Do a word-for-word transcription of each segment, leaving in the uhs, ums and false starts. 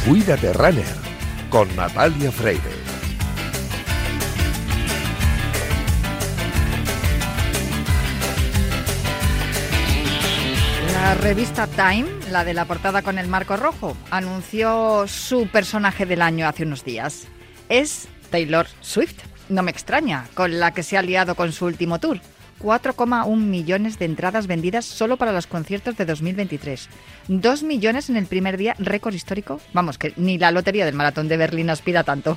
Cuídate Runner con Natalia Freire. La revista Time, la de la portada con el marco rojo, anunció su personaje del año hace unos días. Es Taylor Swift. No me extraña, con la que se ha liado con su último tour. cuatro coma uno millones de entradas vendidas solo para los conciertos de dos mil veintitrés. dos millones en el primer día, récord histórico. Vamos, que ni la lotería del maratón de Berlín aspira tanto.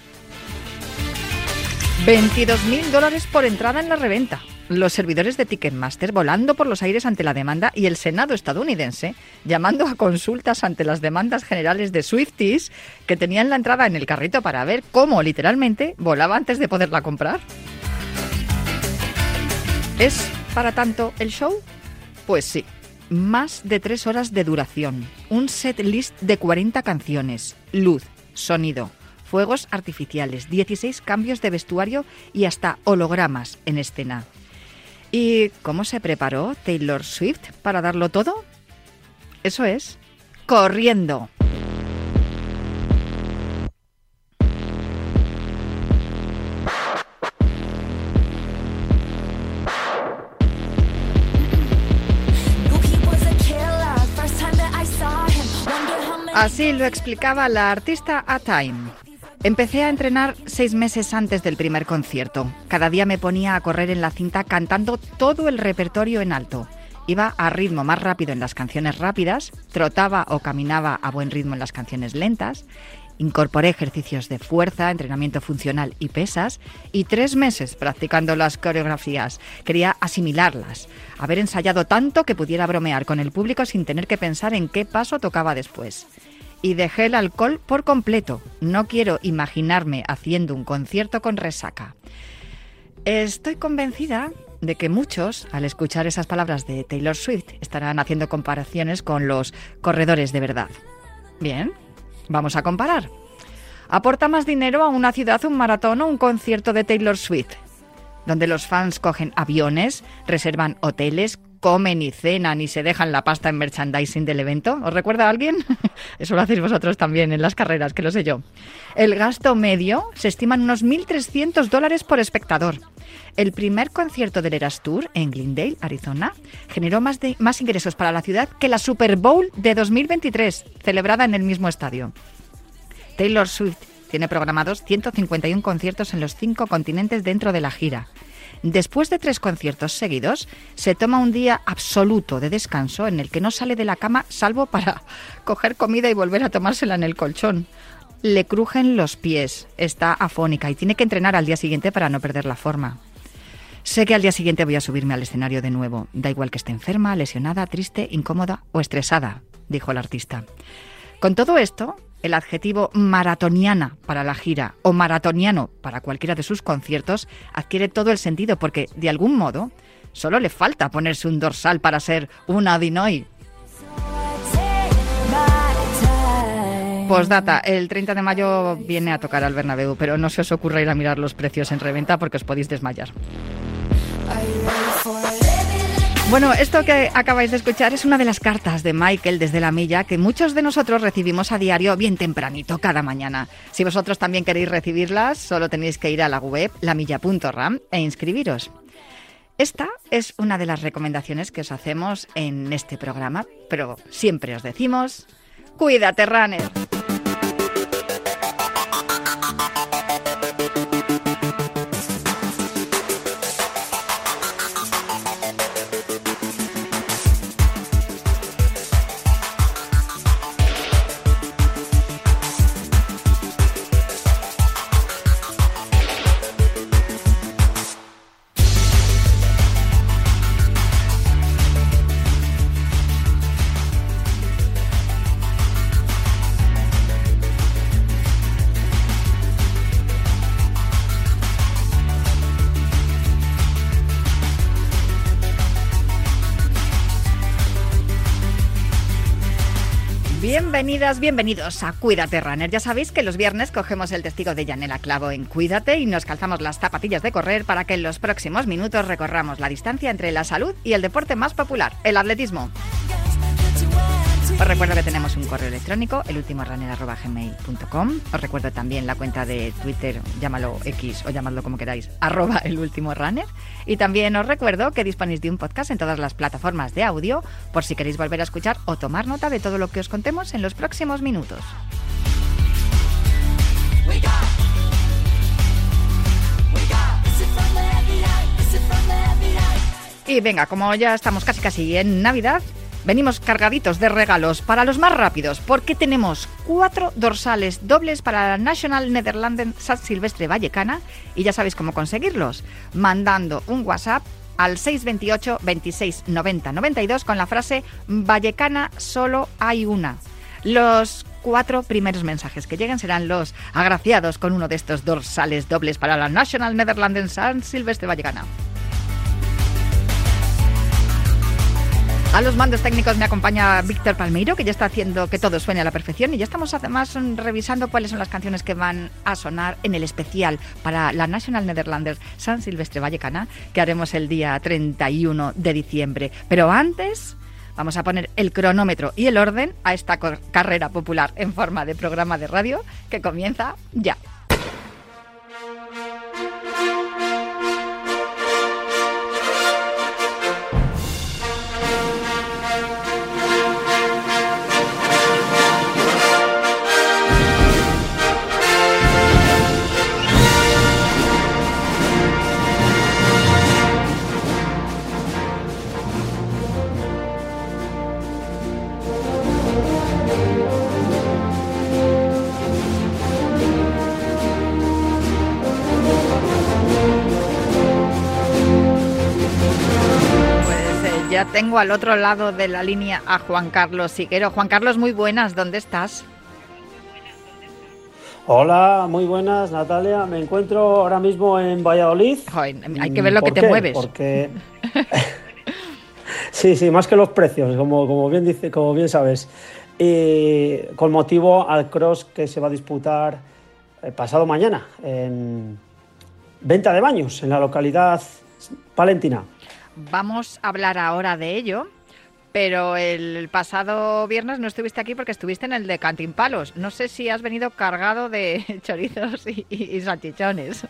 veintidós mil dólares por entrada en la reventa. Los servidores de Ticketmaster volando por los aires ante la demanda y el Senado estadounidense llamando a consultas ante las demandas generales de Swifties que tenían la entrada en el carrito para ver cómo, literalmente, volaba antes de poderla comprar. ¿Es para tanto el show? Pues sí. Más de tres horas de duración. Un set list de cuarenta canciones. Luz, sonido, fuegos artificiales, dieciséis cambios de vestuario y hasta hologramas en escena. ¿Y cómo se preparó Taylor Swift para darlo todo? Eso es, corriendo. Así lo explicaba la artista a Time. Empecé a entrenar seis meses antes del primer concierto. Cada día me ponía a correr en la cinta cantando todo el repertorio en alto. Iba a ritmo más rápido en las canciones rápidas, trotaba o caminaba a buen ritmo en las canciones lentas, incorporé ejercicios de fuerza, entrenamiento funcional y pesas, y tres meses practicando las coreografías. Quería asimilarlas, haber ensayado tanto que pudiera bromear con el público sin tener que pensar en qué paso tocaba después. Y dejé el alcohol por completo. No quiero imaginarme haciendo un concierto con resaca. Estoy convencida de que muchos, al escuchar esas palabras de Taylor Swift, estarán haciendo comparaciones con los corredores de verdad. Bien, vamos a comparar. ¿Aporta más dinero a una ciudad un maratón o un concierto de Taylor Swift? Donde los fans cogen aviones, reservan hoteles, comen y cenan y se dejan la pasta en merchandising del evento. ¿Os recuerda a alguien? Eso lo hacéis vosotros también en las carreras, que lo sé yo. El gasto medio se estima en unos mil trescientos dólares por espectador. El primer concierto del Eras Tour en Glendale, Arizona, generó más, de, más ingresos para la ciudad que la Super Bowl de dos mil veintitrés, celebrada en el mismo estadio. Taylor Swift tiene programados ciento cincuenta y uno conciertos en los cinco continentes dentro de la gira. Después de tres conciertos seguidos, se toma un día absoluto de descanso en el que no sale de la cama salvo para coger comida y volver a tomársela en el colchón. Le crujen los pies, está afónica y tiene que entrenar al día siguiente para no perder la forma. Sé que al día siguiente voy a subirme al escenario de nuevo. Da igual que esté enferma, lesionada, triste, incómoda o estresada, dijo el artista. Con todo esto, el adjetivo maratoniana para la gira o maratoniano para cualquiera de sus conciertos adquiere todo el sentido porque, de algún modo, solo le falta ponerse un dorsal para ser una Adinoy. Postdata, el treinta de mayo viene a tocar al Bernabéu, pero no se os ocurra ir a mirar los precios en reventa porque os podéis desmayar. Bueno, esto que acabáis de escuchar es una de las cartas de Michael desde la milla que muchos de nosotros recibimos a diario bien tempranito cada mañana. Si vosotros también queréis recibirlas, solo tenéis que ir a la web la milla punto ram e inscribiros. Esta es una de las recomendaciones que os hacemos en este programa, pero siempre os decimos, ¡cuídate, runner! Bienvenidas, bienvenidos a Cuídate Runner. Ya sabéis que los viernes cogemos el testigo de Yanela Clavo en Cuídate y nos calzamos las zapatillas de correr para que en los próximos minutos recorramos la distancia entre la salud y el deporte más popular, el atletismo. Os recuerdo que tenemos un correo electrónico, elultimorunner arroba gmail punto com. Os recuerdo también la cuenta de Twitter, llámalo X o llamadlo como queráis, arroba elultimorunner. Y también os recuerdo que disponéis de un podcast en todas las plataformas de audio por si queréis volver a escuchar o tomar nota de todo lo que os contemos en los próximos minutos. Y venga, como ya estamos casi casi en Navidad, venimos cargaditos de regalos para los más rápidos, porque tenemos cuatro dorsales dobles para la National Nederlanden Sant Silvestre Vallecana y ya sabéis cómo conseguirlos, mandando un WhatsApp al seis dos ocho, veintiséis, noventa, noventa y dos con la frase Vallecana solo hay una. Los cuatro primeros mensajes que lleguen serán los agraciados con uno de estos dorsales dobles para la National Nederlanden Sant Silvestre Vallecana. A los mandos técnicos me acompaña Víctor Palmeiro, que ya está haciendo que todo suene a la perfección, y ya estamos además revisando cuáles son las canciones que van a sonar en el especial para la National Nederlanden Sant Silvestre Vallecana, que haremos el día treinta y uno de diciembre. Pero antes vamos a poner el cronómetro y el orden a esta carrera popular en forma de programa de radio que comienza ya. Ya tengo al otro lado de la línea a Juan Carlos Siguero. Juan Carlos, muy buenas, ¿dónde estás? Hola, muy buenas, Natalia. Me encuentro ahora mismo en Valladolid. Joder, hay que ver lo que te qué? mueves. Porque sí, sí, más que los precios, como, como bien dice, como bien sabes. Y con motivo al cross que se va a disputar el pasado mañana en Venta de Baños, en la localidad palentina. Vamos a hablar ahora de ello, pero el pasado viernes no estuviste aquí porque estuviste en el de Cantimpalos. No sé si has venido cargado de chorizos y, y, y salchichones.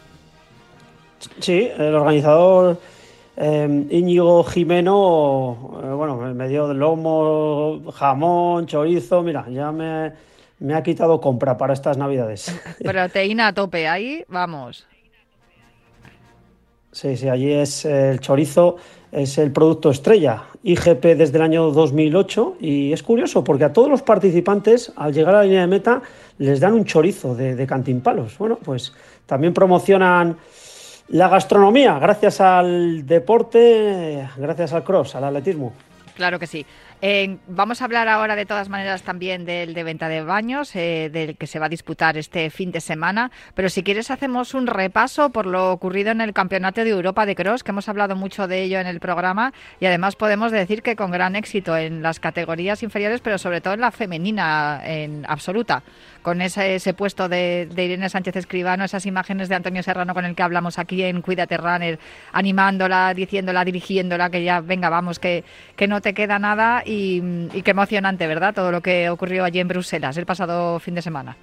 Sí, el organizador eh, Íñigo Jimeno, eh, bueno, me dio lomo, jamón, chorizo. Mira, ya me, me ha quitado compra para estas Navidades. Proteína a tope, ahí vamos. Sí, sí, allí es el chorizo, es el producto estrella, I G P desde el año dos mil ocho, y es curioso porque a todos los participantes al llegar a la línea de meta les dan un chorizo de, de Cantimpalos. Bueno, pues también promocionan la gastronomía gracias al deporte, gracias al cross, al atletismo. Claro que sí. Eh, vamos a hablar ahora de todas maneras también del de Venta de Baños, eh, del que se va a disputar este fin de semana, pero si quieres hacemos un repaso por lo ocurrido en el Campeonato de Europa de Cross, que hemos hablado mucho de ello en el programa, y además podemos decir que con gran éxito en las categorías inferiores, pero sobre todo en la femenina en absoluta, con ese, ese puesto de, de Irene Sánchez Escribano, esas imágenes de Antonio Serrano con el que hablamos aquí en Cuídate Runner, animándola, diciéndola, dirigiéndola, que ya venga, vamos, que, que no te queda nada. Y, y qué emocionante, ¿verdad? Todo lo que ocurrió allí en Bruselas el pasado fin de semana.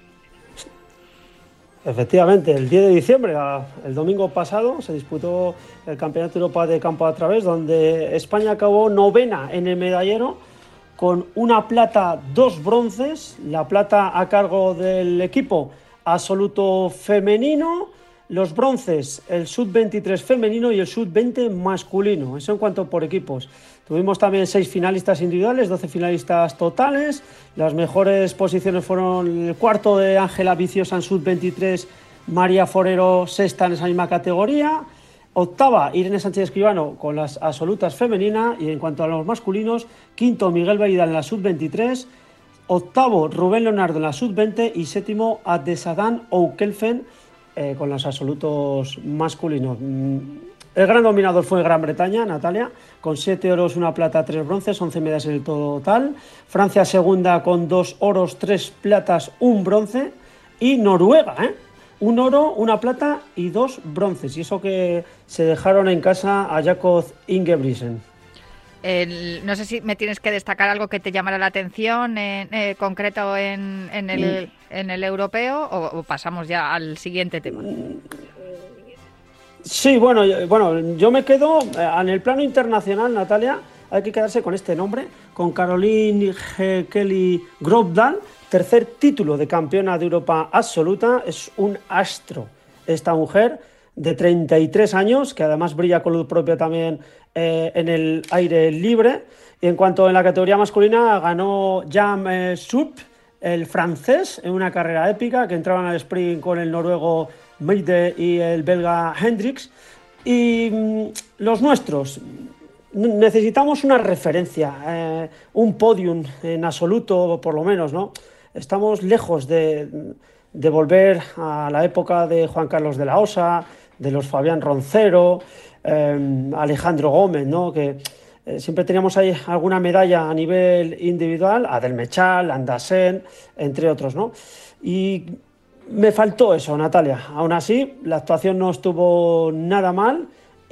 Efectivamente, el diez de diciembre, el domingo pasado, se disputó el Campeonato de Europa de Campo a Través, donde España acabó novena en el medallero con una plata, dos bronces. La plata a cargo del equipo absoluto femenino, los bronces, el sub veintitrés femenino y el sub veinte masculino. Eso en cuanto por equipos. Tuvimos también seis finalistas individuales, doce finalistas totales. Las mejores posiciones fueron el cuarto de Ángela Viciosa en sub veintitrés, María Forero sexta en esa misma categoría. Octava, Irene Sánchez Escribano con las absolutas femeninas. Y en cuanto a los masculinos, quinto, Miguel Vidal en la sub veintitrés. Octavo, Rubén Leonardo en la sub veinte. Y séptimo, Adesadán Oukelfen eh, con los absolutos masculinos. El gran dominador fue Gran Bretaña, Natalia, con siete oros, una plata, tres bronces, once medallas en el total. Francia segunda con dos oros, tres platas, un bronce. Y Noruega, ¿eh? Un oro, una plata y dos bronces. Y eso que se dejaron en casa a Jakob Ingebrigtsen. El, no sé si me tienes que destacar algo que te llamara la atención en, eh, concreto en, en, el, en el europeo o, o pasamos ya al siguiente tema. Sí, bueno, bueno, yo me quedo en el plano internacional, Natalia, hay que quedarse con este nombre, con Caroline Kelly Grovdal, tercer título de campeona de Europa absoluta, es un astro esta mujer de treinta y tres años, que además brilla con luz propia también eh, en el aire libre. Y en cuanto a la categoría masculina, ganó Jan eh, Sup, el francés, en una carrera épica, que entraban al sprint con el noruego Meide y el belga Hendricks. Y mmm, los nuestros, necesitamos una referencia, eh, un podium en absoluto, por lo menos, ¿no? Estamos lejos de, de volver a la época de Juan Carlos de la Osa, de los Fabián Roncero, eh, Alejandro Gómez, ¿no? Que eh, siempre teníamos ahí alguna medalla a nivel individual, Adel Mechal, Andersen, entre otros, ¿no? Y me faltó eso, Natalia. Aún así, la actuación no estuvo nada mal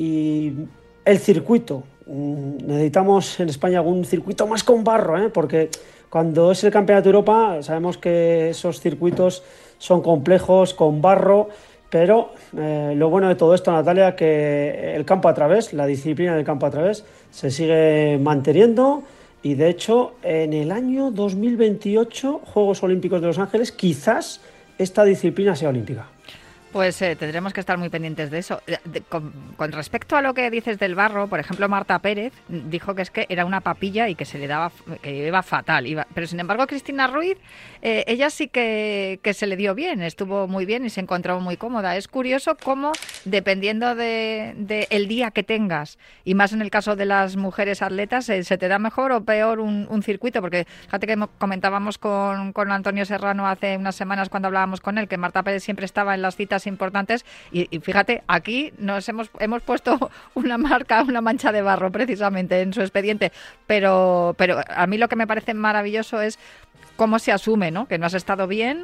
y el circuito. Necesitamos en España algún circuito más con barro, ¿eh? Porque cuando es el Campeonato de Europa sabemos que esos circuitos son complejos, con barro, pero eh, lo bueno de todo esto, Natalia, que el campo a través, la disciplina del campo a través, se sigue manteniendo y de hecho en el año dos mil veintiocho, Juegos Olímpicos de Los Ángeles, quizás esta disciplina sea olímpica. Pues eh, tendremos que estar muy pendientes de eso. De, con, con respecto a lo que dices del barro, por ejemplo, Marta Pérez dijo que es que era una papilla y que se le daba, que iba fatal. Iba, pero sin embargo, Cristina Ruiz, eh, ella sí que, que se le dio bien, estuvo muy bien y se encontró muy cómoda. Es curioso cómo, dependiendo de, de el día que tengas, y más en el caso de las mujeres atletas, eh, se te da mejor o peor un, un circuito, porque fíjate que comentábamos con, con Antonio Serrano hace unas semanas cuando hablábamos con él, que Marta Pérez siempre estaba en las citas importantes y, y fíjate, aquí nos hemos hemos puesto una marca, una mancha de barro precisamente en su expediente, pero pero a mí lo que me parece maravilloso es cómo se asume, ¿no? Que no has estado bien,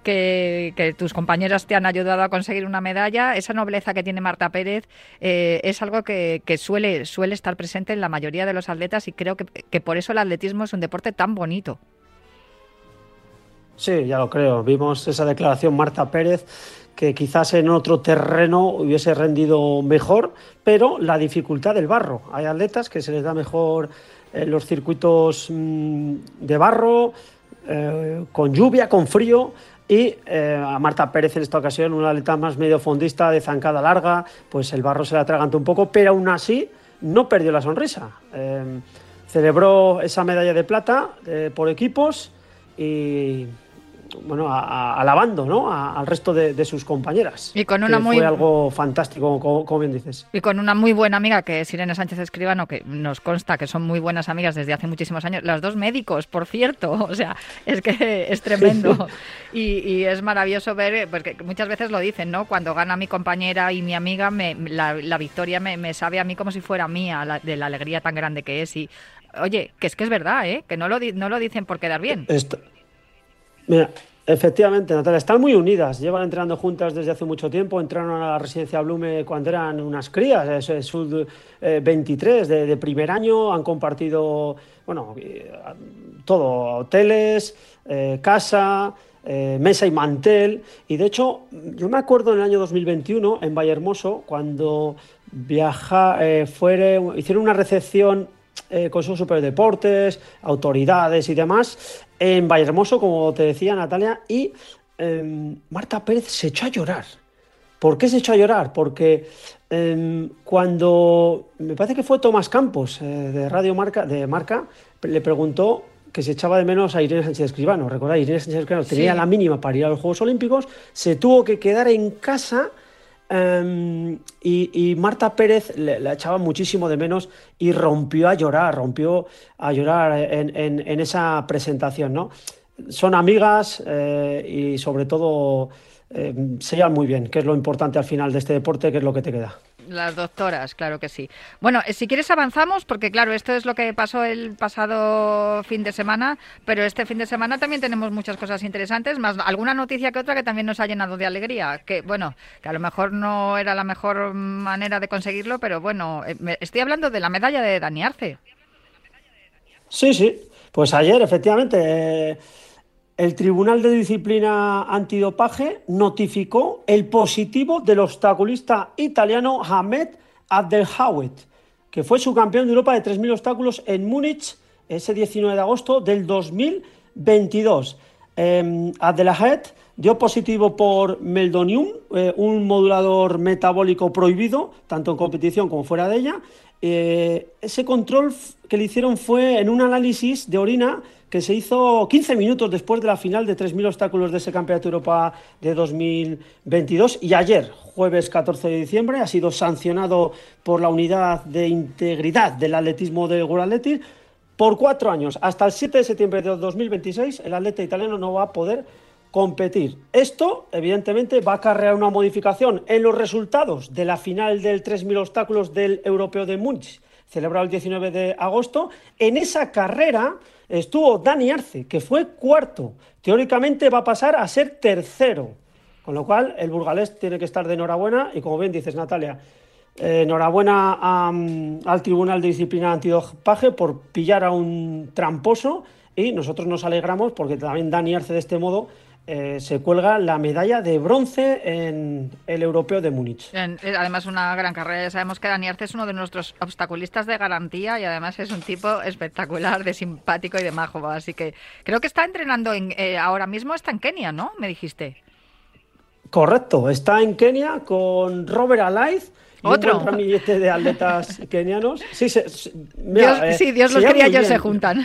que, que tus compañeras te han ayudado a conseguir una medalla. Esa nobleza que tiene Marta Pérez eh, es algo que, que suele suele estar presente en la mayoría de los atletas y creo que, que por eso el atletismo es un deporte tan bonito. Sí, ya lo creo. Vimos esa declaración Marta Pérez, que quizás en otro terreno hubiese rendido mejor, pero la dificultad del barro. Hay atletas que se les da mejor eh, los circuitos mmm, de barro, eh, con lluvia, con frío, y eh, a Marta Pérez en esta ocasión, una atleta más medio fondista, de zancada larga, pues el barro se la atragantó un poco, pero aún así no perdió la sonrisa. Eh, celebró esa medalla de plata eh, por equipos y... bueno, a, a, alabando, ¿no? A, al resto de, de sus compañeras. Y con una que muy... fue algo fantástico, como, como bien dices. Y con una muy buena amiga, que es Irene Sánchez Escribano, que nos consta que son muy buenas amigas desde hace muchísimos años. Las dos médicos, por cierto. O sea, es que es tremendo. y, y es maravilloso ver, porque muchas veces lo dicen, ¿no? Cuando gana mi compañera y mi amiga, me, la, la victoria me, me sabe a mí como si fuera mía, la, de la alegría tan grande que es. Y, oye, que es que es verdad, ¿eh? Que no lo, no lo dicen por quedar bien. Esto... Mira, efectivamente, Natalia, están muy unidas, llevan entrenando juntas desde hace mucho tiempo, entraron a la residencia Blume cuando eran unas crías, es, es sub veintitrés de, de primer año, han compartido, bueno, todo, hoteles, eh, casa, eh, mesa y mantel, y de hecho, yo me acuerdo en el año dos mil veintiuno, en Vallehermoso, cuando viaja, eh, fueron, hicieron una recepción Eh, Consejo Superior de Deportes, autoridades y demás, en Vallehermoso, como te decía Natalia, y eh, Marta Pérez se echó a llorar. ¿Por qué se echó a llorar? Porque eh, cuando, me parece que fue Tomás Campos, eh, de Radio Marca, de Marca, le preguntó que se echaba de menos a Irene Sánchez Escribano. Recordáis, Irene Sánchez Escribano sí. tenía la mínima para ir a los Juegos Olímpicos, se tuvo que quedar en casa. Um, y, y Marta Pérez le, le echaba muchísimo de menos y rompió a llorar, rompió a llorar en, en, en esa presentación, ¿no? Son amigas eh, y sobre todo eh, se llevan muy bien, que es lo importante al final de este deporte, que es lo que te queda. Las doctoras, claro que sí. Bueno, si quieres avanzamos, porque claro, esto es lo que pasó el pasado fin de semana, pero este fin de semana también tenemos muchas cosas interesantes, más alguna noticia que otra que también nos ha llenado de alegría, que bueno, que a lo mejor no era la mejor manera de conseguirlo, pero bueno, estoy hablando de la medalla de Dani Arce. Sí, sí. Pues ayer, efectivamente, eh, el Tribunal de Disciplina Antidopaje notificó el positivo del obstaculista italiano Ahmed Abdelhawet, que fue subcampeón de Europa de tres mil obstáculos en Múnich ese diecinueve de agosto del dos mil veintidós. Eh, Abdelhawet dio positivo por meldonium, eh, un modulador metabólico prohibido, tanto en competición como fuera de ella. Eh, ese control que le hicieron fue en un análisis de orina que se hizo quince minutos después de la final de tres mil obstáculos de ese Campeonato de Europa de dos mil veintidós, y ayer, jueves catorce de diciembre, ha sido sancionado por la Unidad de Integridad del Atletismo de World Athletics por cuatro años. Hasta el siete de septiembre de dos mil veintiséis el atleta italiano no va a poder competir. Esto, evidentemente, va a acarrear una modificación en los resultados de la final del tres mil obstáculos del Europeo de Múnich, celebrado el diecinueve de agosto. En esa carrera estuvo Dani Arce, que fue cuarto. Teóricamente va a pasar a ser tercero. Con lo cual, el burgalés tiene que estar de enhorabuena. Y como bien dices, Natalia, eh, enhorabuena a, al Tribunal de Disciplina Antidopaje por pillar a un tramposo. Y nosotros nos alegramos porque también Dani Arce, de este modo, Eh, se cuelga la medalla de bronce en el Europeo de Múnich. Además, una gran carrera. Ya sabemos que Dani Arce es uno de nuestros obstaculistas de garantía y además es un tipo espectacular, de simpático y de majo. Así que creo que está entrenando en, eh, ahora mismo está en Kenia, ¿no? Me dijiste. Correcto, está en Kenia con Robert Alaiz y ¿Otro? un buen ramillete de atletas kenianos. Sí, se, se, mira, Dios, eh, sí, Dios los quería, ellos se juntan.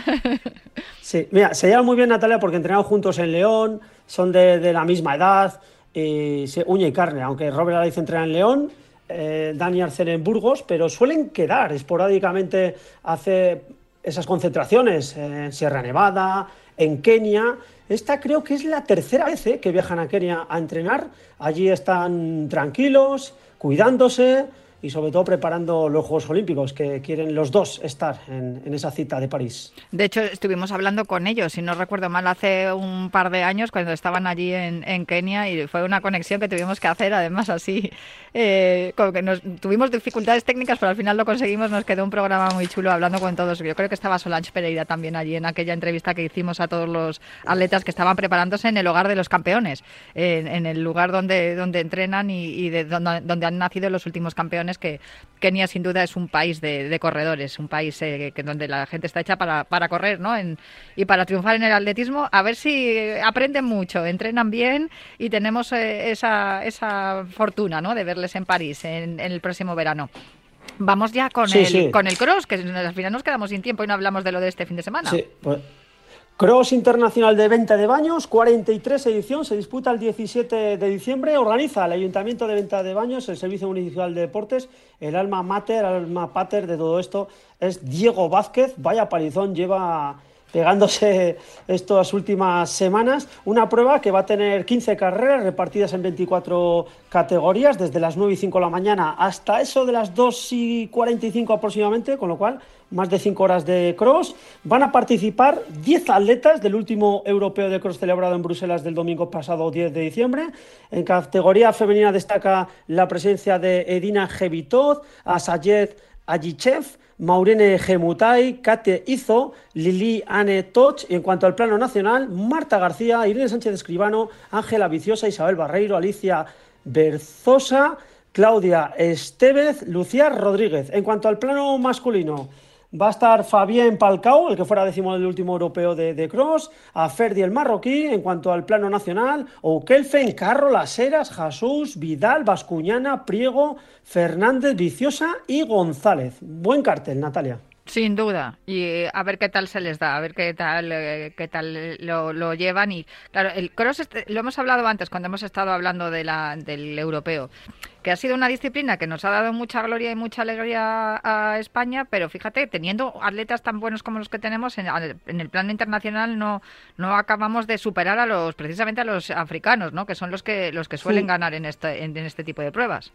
Sí, mira, se llevan muy bien, Natalia, porque entrenaron juntos en León, son de, de la misma edad, y se, uña y carne, aunque Robert Alaiz entrena en León, eh, Dani Arce en Burgos, pero suelen quedar esporádicamente, hace esas concentraciones en Sierra Nevada, en Kenia. Esta creo que es la tercera vez eh, que viajan a Kenia a entrenar. Allí están tranquilos, cuidándose y sobre todo preparando los Juegos Olímpicos, que quieren los dos estar en, en esa cita de París. De hecho, estuvimos hablando con ellos, si no recuerdo mal, hace un par de años cuando estaban allí en, en Kenia, y fue una conexión que tuvimos que hacer, además así, eh, como que nos, tuvimos dificultades técnicas, pero al final lo conseguimos. Nos quedó un programa muy chulo hablando con todos. Yo creo que estaba Solange Pereira también allí en aquella entrevista que hicimos a todos los atletas que estaban preparándose en el hogar de los campeones, en, en el lugar donde, donde entrenan y, y de donde, donde han nacido los últimos campeones, que Kenia sin duda es un país de, de corredores, un país eh, que donde la gente está hecha para, para correr, ¿no? En, y para triunfar en el atletismo. A ver si aprenden mucho, entrenan bien y tenemos eh, esa, esa fortuna, ¿no?, de verles en París en, en el próximo verano. Vamos ya con, sí, el, sí. con el cross, que al final nos quedamos sin tiempo y no hablamos de lo de este fin de semana. Sí, pues Cross Internacional de Venta de Baños, cuarenta y tres edición, se disputa el diecisiete de diciembre, organiza el Ayuntamiento de Venta de Baños, el Servicio Municipal de Deportes. El alma mater, el alma pater de todo esto es Diego Vázquez. Vaya palizón lleva pegándose estas últimas semanas. Una prueba que va a tener quince carreras repartidas en veinticuatro categorías, desde las nueve y cinco de la mañana hasta eso de las dos y cuarenta y cinco aproximadamente, con lo cual más de cinco horas de cross. Van a participar diez atletas del último europeo de cross celebrado en Bruselas del domingo pasado diez de diciembre. En categoría femenina destaca la presencia de Edina Jevitoz, Asayed Ajichev, Maurene Gemutai, Kate Izo, Lili Anne Toch. Y en cuanto al plano nacional, Marta García, Irene Sánchez Escribano, Ángela Viciosa, Isabel Barreiro, Alicia Berzosa, Claudia Estevez, Lucía Rodríguez. En cuanto al plano masculino, va a estar Fabien Palcao, el que fuera décimo del último europeo de, de cross, a Ferdi el marroquí. En cuanto al plano nacional, Oukelfen, Carro, Las Heras, Jesús, Vidal, Bascuñana, Priego, Fernández, Viciosa y González. Buen cartel, Natalia. Sin duda, y a ver qué tal se les da, a ver qué tal eh, qué tal lo, lo llevan. Y claro, el cross este, lo hemos hablado antes cuando hemos estado hablando de la, del europeo, que ha sido una disciplina que nos ha dado mucha gloria y mucha alegría a España, pero fíjate, teniendo atletas tan buenos como los que tenemos en, en el plano internacional, no no acabamos de superar a los precisamente a los africanos, ¿no?, que son los que los que suelen sí. ganar en este en, en este tipo de pruebas.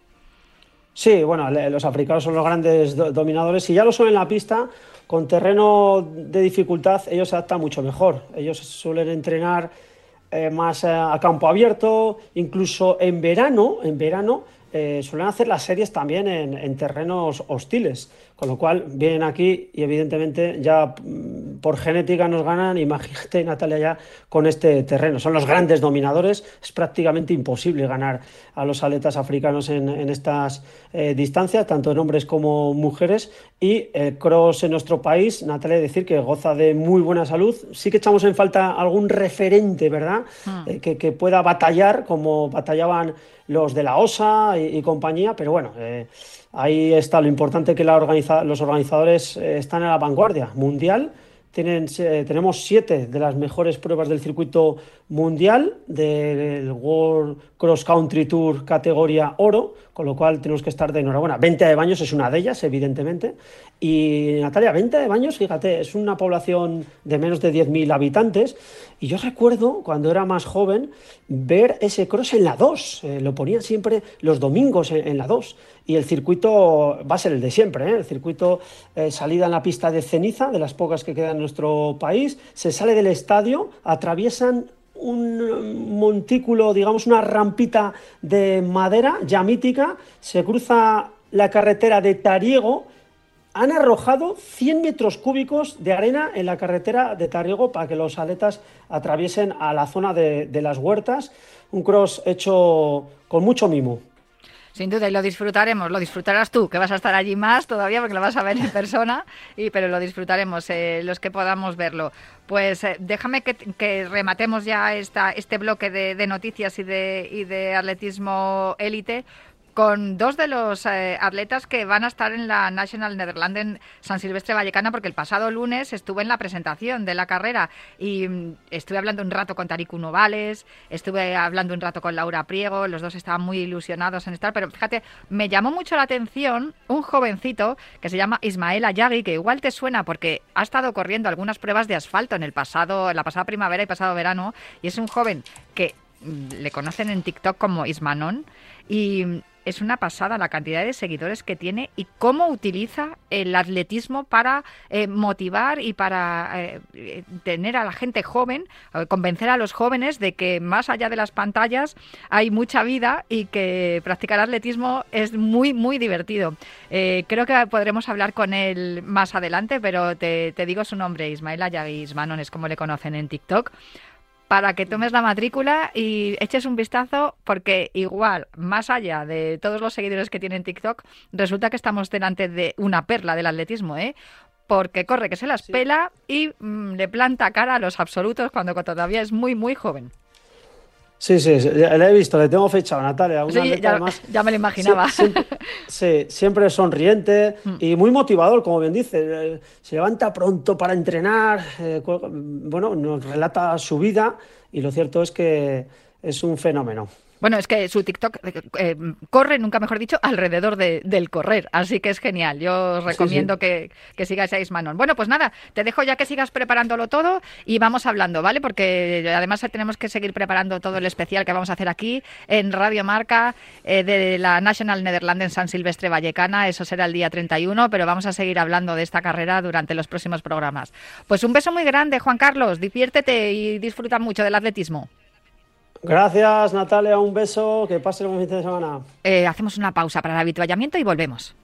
Sí, bueno, los africanos son los grandes do- dominadores. Si ya lo son en la pista, con terreno de dificultad, ellos se adaptan mucho mejor. Ellos suelen entrenar eh, más eh, a campo abierto, incluso en verano, en verano eh, suelen hacer las series también en, en terrenos hostiles. Con lo cual vienen aquí y evidentemente ya por genética nos ganan, imagínate, Natalia, ya con este terreno. Son los grandes dominadores, es prácticamente imposible ganar a los atletas africanos en, en estas eh, distancias, tanto en hombres como mujeres, y el cross en nuestro país, Natalia, decir que goza de muy buena salud. Sí que echamos en falta algún referente, ¿verdad?, mm. eh, que, que pueda batallar, como batallaban los de la O S A y, y compañía, pero bueno, eh, ahí está lo importante, que la organiza, los organizadores eh, están en la vanguardia mundial. Tienen, eh, tenemos siete de las mejores pruebas del circuito mundial del World Cross Country Tour categoría oro, con lo cual tenemos que estar de enhorabuena. Venta de Baños es una de ellas, evidentemente. Y Natalia, Venta de Baños, fíjate, es una población de menos de diez mil habitantes. Y yo recuerdo, cuando era más joven, ver ese cross en la dos. Eh, lo ponían siempre los domingos en, en la dos. Y el circuito va a ser el de siempre, ¿eh? El circuito, eh, salida en la pista de ceniza, de las pocas que quedan en nuestro país. Se sale del estadio, atraviesan un montículo, digamos una rampita de madera ya mítica, se cruza la carretera de Tariego. Han arrojado cien metros cúbicos de arena en la carretera de Tariego para que los atletas atraviesen a la zona de, de las huertas. Un cross hecho con mucho mimo. Sin duda, y lo disfrutaremos, lo disfrutarás tú, que vas a estar allí más todavía porque lo vas a ver en persona, y pero lo disfrutaremos eh, los que podamos verlo. Pues eh, déjame que, que rematemos ya esta, este bloque de, de noticias y de, y de atletismo élite con dos de los eh, atletas que van a estar en la National Nederlanden San Silvestre Vallecana, porque el pasado lunes estuve en la presentación de la carrera y mm, estuve hablando un rato con Tariku Novales, estuve hablando un rato con Laura Priego, los dos estaban muy ilusionados en estar, pero fíjate, me llamó mucho la atención un jovencito que se llama Ismael Ayagui, que igual te suena porque ha estado corriendo algunas pruebas de asfalto en el pasado, en la pasada primavera y pasado verano, y es un joven que mm, le conocen en TikTok como Ismanon, y es una pasada la cantidad de seguidores que tiene y cómo utiliza el atletismo para eh, motivar y para eh, tener a la gente joven, eh, convencer a los jóvenes de que más allá de las pantallas hay mucha vida y que practicar atletismo es muy, muy divertido. Eh, creo que podremos hablar con él más adelante, pero te, te digo su nombre, Ismael Ayagui Ismanon, es como le conocen en TikTok, para que tomes la matrícula y eches un vistazo, porque igual, más allá de todos los seguidores que tiene en TikTok, resulta que estamos delante de una perla del atletismo, ¿eh? Porque corre que se las sí. pela y mmm, le planta cara a los absolutos cuando todavía es muy, muy joven. Sí, sí, sí, le he visto, le tengo fechado, Natalia. Una sí, ya, además, ya me lo imaginaba. Sí, siempre, sí, siempre sonriente mm. y muy motivador, como bien dice. Se levanta pronto para entrenar, eh, bueno, nos relata su vida y lo cierto es que es un fenómeno. Bueno, es que su TikTok eh, corre, nunca mejor dicho, alrededor de, del correr, así que es genial. Yo os recomiendo sí, sí. Que, que sigáis a Ismanon. Bueno, pues nada, te dejo ya que sigas preparándolo todo y vamos hablando, ¿vale? Porque además tenemos que seguir preparando todo el especial que vamos a hacer aquí en Radio Marca eh, de la National Nederlanden San Silvestre Vallecana. Eso será el día treinta y uno, pero vamos a seguir hablando de esta carrera durante los próximos programas. Pues un beso muy grande, Juan Carlos. Diviértete y disfruta mucho del atletismo. Gracias, Natalia, un beso, que pase el buen fin de semana. Eh, hacemos una pausa para el avituallamiento y volvemos.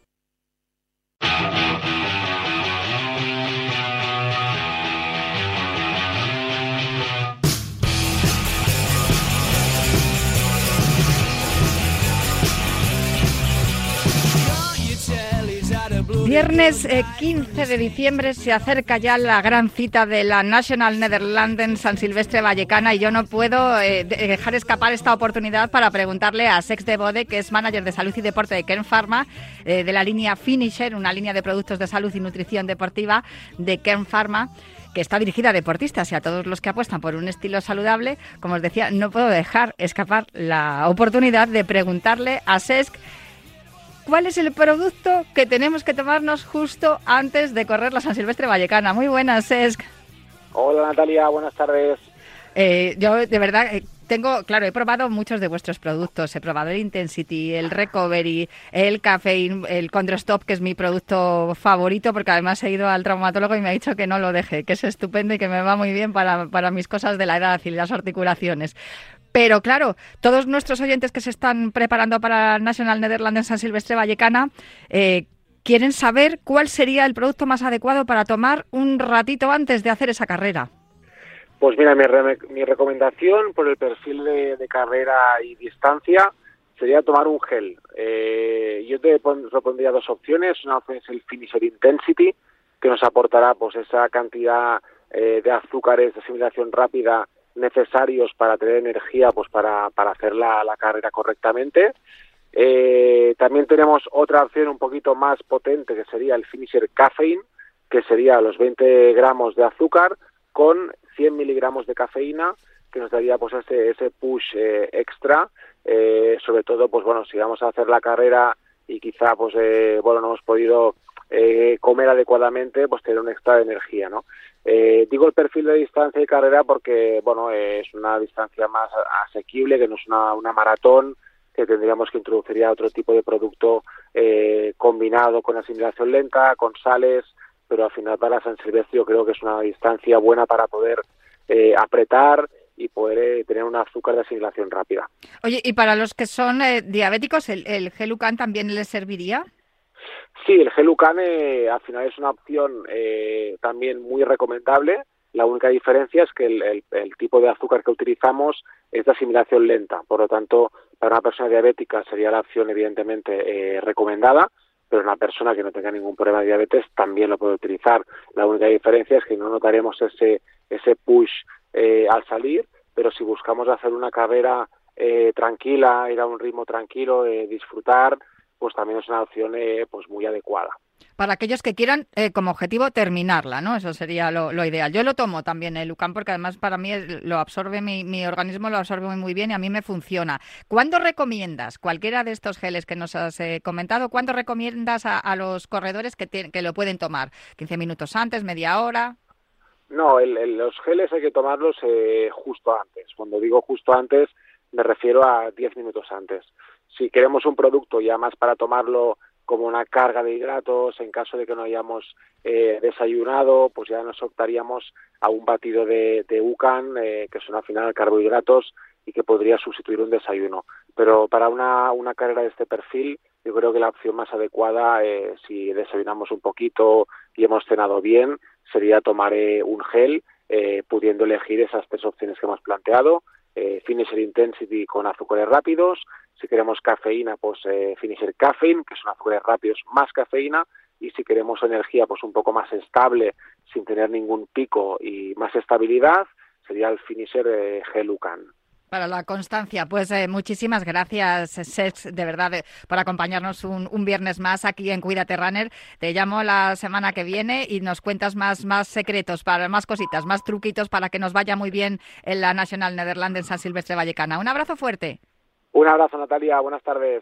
Viernes eh, quince de diciembre se acerca ya la gran cita de la National Nederlanden San Silvestre Vallecana y yo no puedo eh, dejar escapar esta oportunidad para preguntarle a Cesc de Bode, que es manager de salud y deporte de Kern Pharma, eh, de la línea Finisher, una línea de productos de salud y nutrición deportiva de Kern Pharma, que está dirigida a deportistas y a todos los que apuestan por un estilo saludable. Como os decía, no puedo dejar escapar la oportunidad de preguntarle a Cesc ¿cuál es el producto que tenemos que tomarnos justo antes de correr la San Silvestre Vallecana? Muy buenas, Cesc. Hola, Natalia, buenas tardes. Eh, yo, de verdad, eh, tengo, claro, he probado muchos de vuestros productos. He probado el Intensity, el Recovery, el Caffeine, el Condrostop, que es mi producto favorito, porque además he ido al traumatólogo y me ha dicho que no lo deje, que es estupendo y que me va muy bien para, para mis cosas de la edad y las articulaciones. Pero claro, todos nuestros oyentes que se están preparando para la National Nederlanden San Silvestre Vallecana, eh, quieren saber cuál sería el producto más adecuado para tomar un ratito antes de hacer esa carrera. Pues mira, mi, re- mi recomendación por el perfil de, de carrera y distancia sería tomar un gel. Eh, yo te pon- propondría dos opciones. Una opción es el Finisher Intensity, que nos aportará pues esa cantidad eh, de azúcares de asimilación rápida necesarios para tener energía pues para, para hacer la, la carrera correctamente. Eh, también tenemos otra opción un poquito más potente, que sería el Finisher Caffeine, que sería los veinte gramos de azúcar con cien miligramos de cafeína, que nos daría pues ese, ese push eh, extra, eh, sobre todo pues bueno, si vamos a hacer la carrera y quizá pues eh, bueno no hemos podido eh, comer adecuadamente, pues tener un extra de energía, ¿no? Eh, digo el perfil de distancia y carrera porque bueno eh, es una distancia más asequible, que no es una, una maratón, que tendríamos que introducir ya otro tipo de producto eh, combinado con asimilación lenta, con sales, pero al final para San Silvestre yo creo que es una distancia buena para poder eh, apretar y poder eh, tener un azúcar de asimilación rápida. Oye, ¿y para los que son eh, diabéticos, el, el Gelucan también les serviría? Sí, el Gelucan eh, al final es una opción eh, también muy recomendable. La única diferencia es que el, el, el tipo de azúcar que utilizamos es de asimilación lenta. Por lo tanto, para una persona diabética sería la opción evidentemente eh, recomendada, pero una persona que no tenga ningún problema de diabetes también lo puede utilizar. La única diferencia es que no notaremos ese ese push eh, al salir, pero si buscamos hacer una carrera eh, tranquila, ir a un ritmo tranquilo, eh, disfrutar, pues también es una opción eh, pues muy adecuada. Para aquellos que quieran eh, como objetivo terminarla, ¿no? Eso sería lo, lo ideal. Yo lo tomo también, el Lucan, porque además para mí es, lo absorbe, mi, mi organismo lo absorbe muy, muy bien y a mí me funciona. ¿Cuándo recomiendas cualquiera de estos geles que nos has eh, comentado? ¿Cuándo recomiendas a, a los corredores que, te, que lo pueden tomar? ¿quince minutos antes, media hora? No, el, el, los geles hay que tomarlos eh, justo antes. Cuando digo justo antes, me refiero a diez minutos antes. Si queremos un producto ya más para tomarlo como una carga de hidratos, en caso de que no hayamos eh, desayunado, pues ya nos optaríamos a un batido de, de UCAN, eh, que son al final carbohidratos y que podría sustituir un desayuno. Pero para una, una carrera de este perfil, yo creo que la opción más adecuada, eh, si desayunamos un poquito y hemos cenado bien, sería tomar eh, un gel, eh, pudiendo elegir esas tres opciones que hemos planteado, eh, Finisher Intensity con azúcares rápidos. Si queremos cafeína, pues eh, Finisher Caffeine, que son azúcares rápidos más cafeína, y si queremos energía pues un poco más estable, sin tener ningún pico y más estabilidad, sería el Finisher eh, Gelucan. Para la constancia, pues eh, muchísimas gracias, Serge, de verdad, eh, por acompañarnos un, un viernes más aquí en Cuídate Runner. Te llamo la semana que viene y nos cuentas más, más secretos, para más cositas, más truquitos para que nos vaya muy bien en la National Nederland en San Silvestre Vallecana. Un abrazo fuerte. Un abrazo, Natalia. Buenas tardes.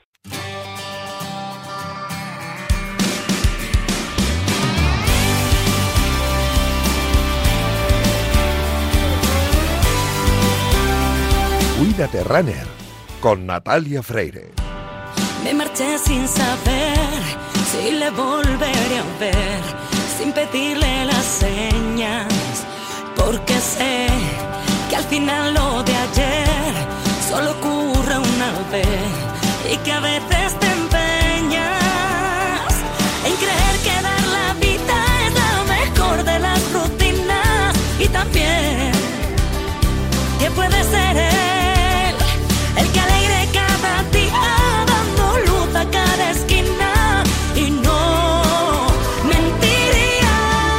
Cuídate Runner con Natalia Freire. Me marché sin saber si le volveré a ver, sin pedirle las señas, porque sé que al final lo de ayer solo ocurre una vez y que a veces te empeñas en creer que dar la vida es la mejor de las rutinas, y también que puede ser él el que alegre cada día, dando luz a cada esquina, y no mentiría.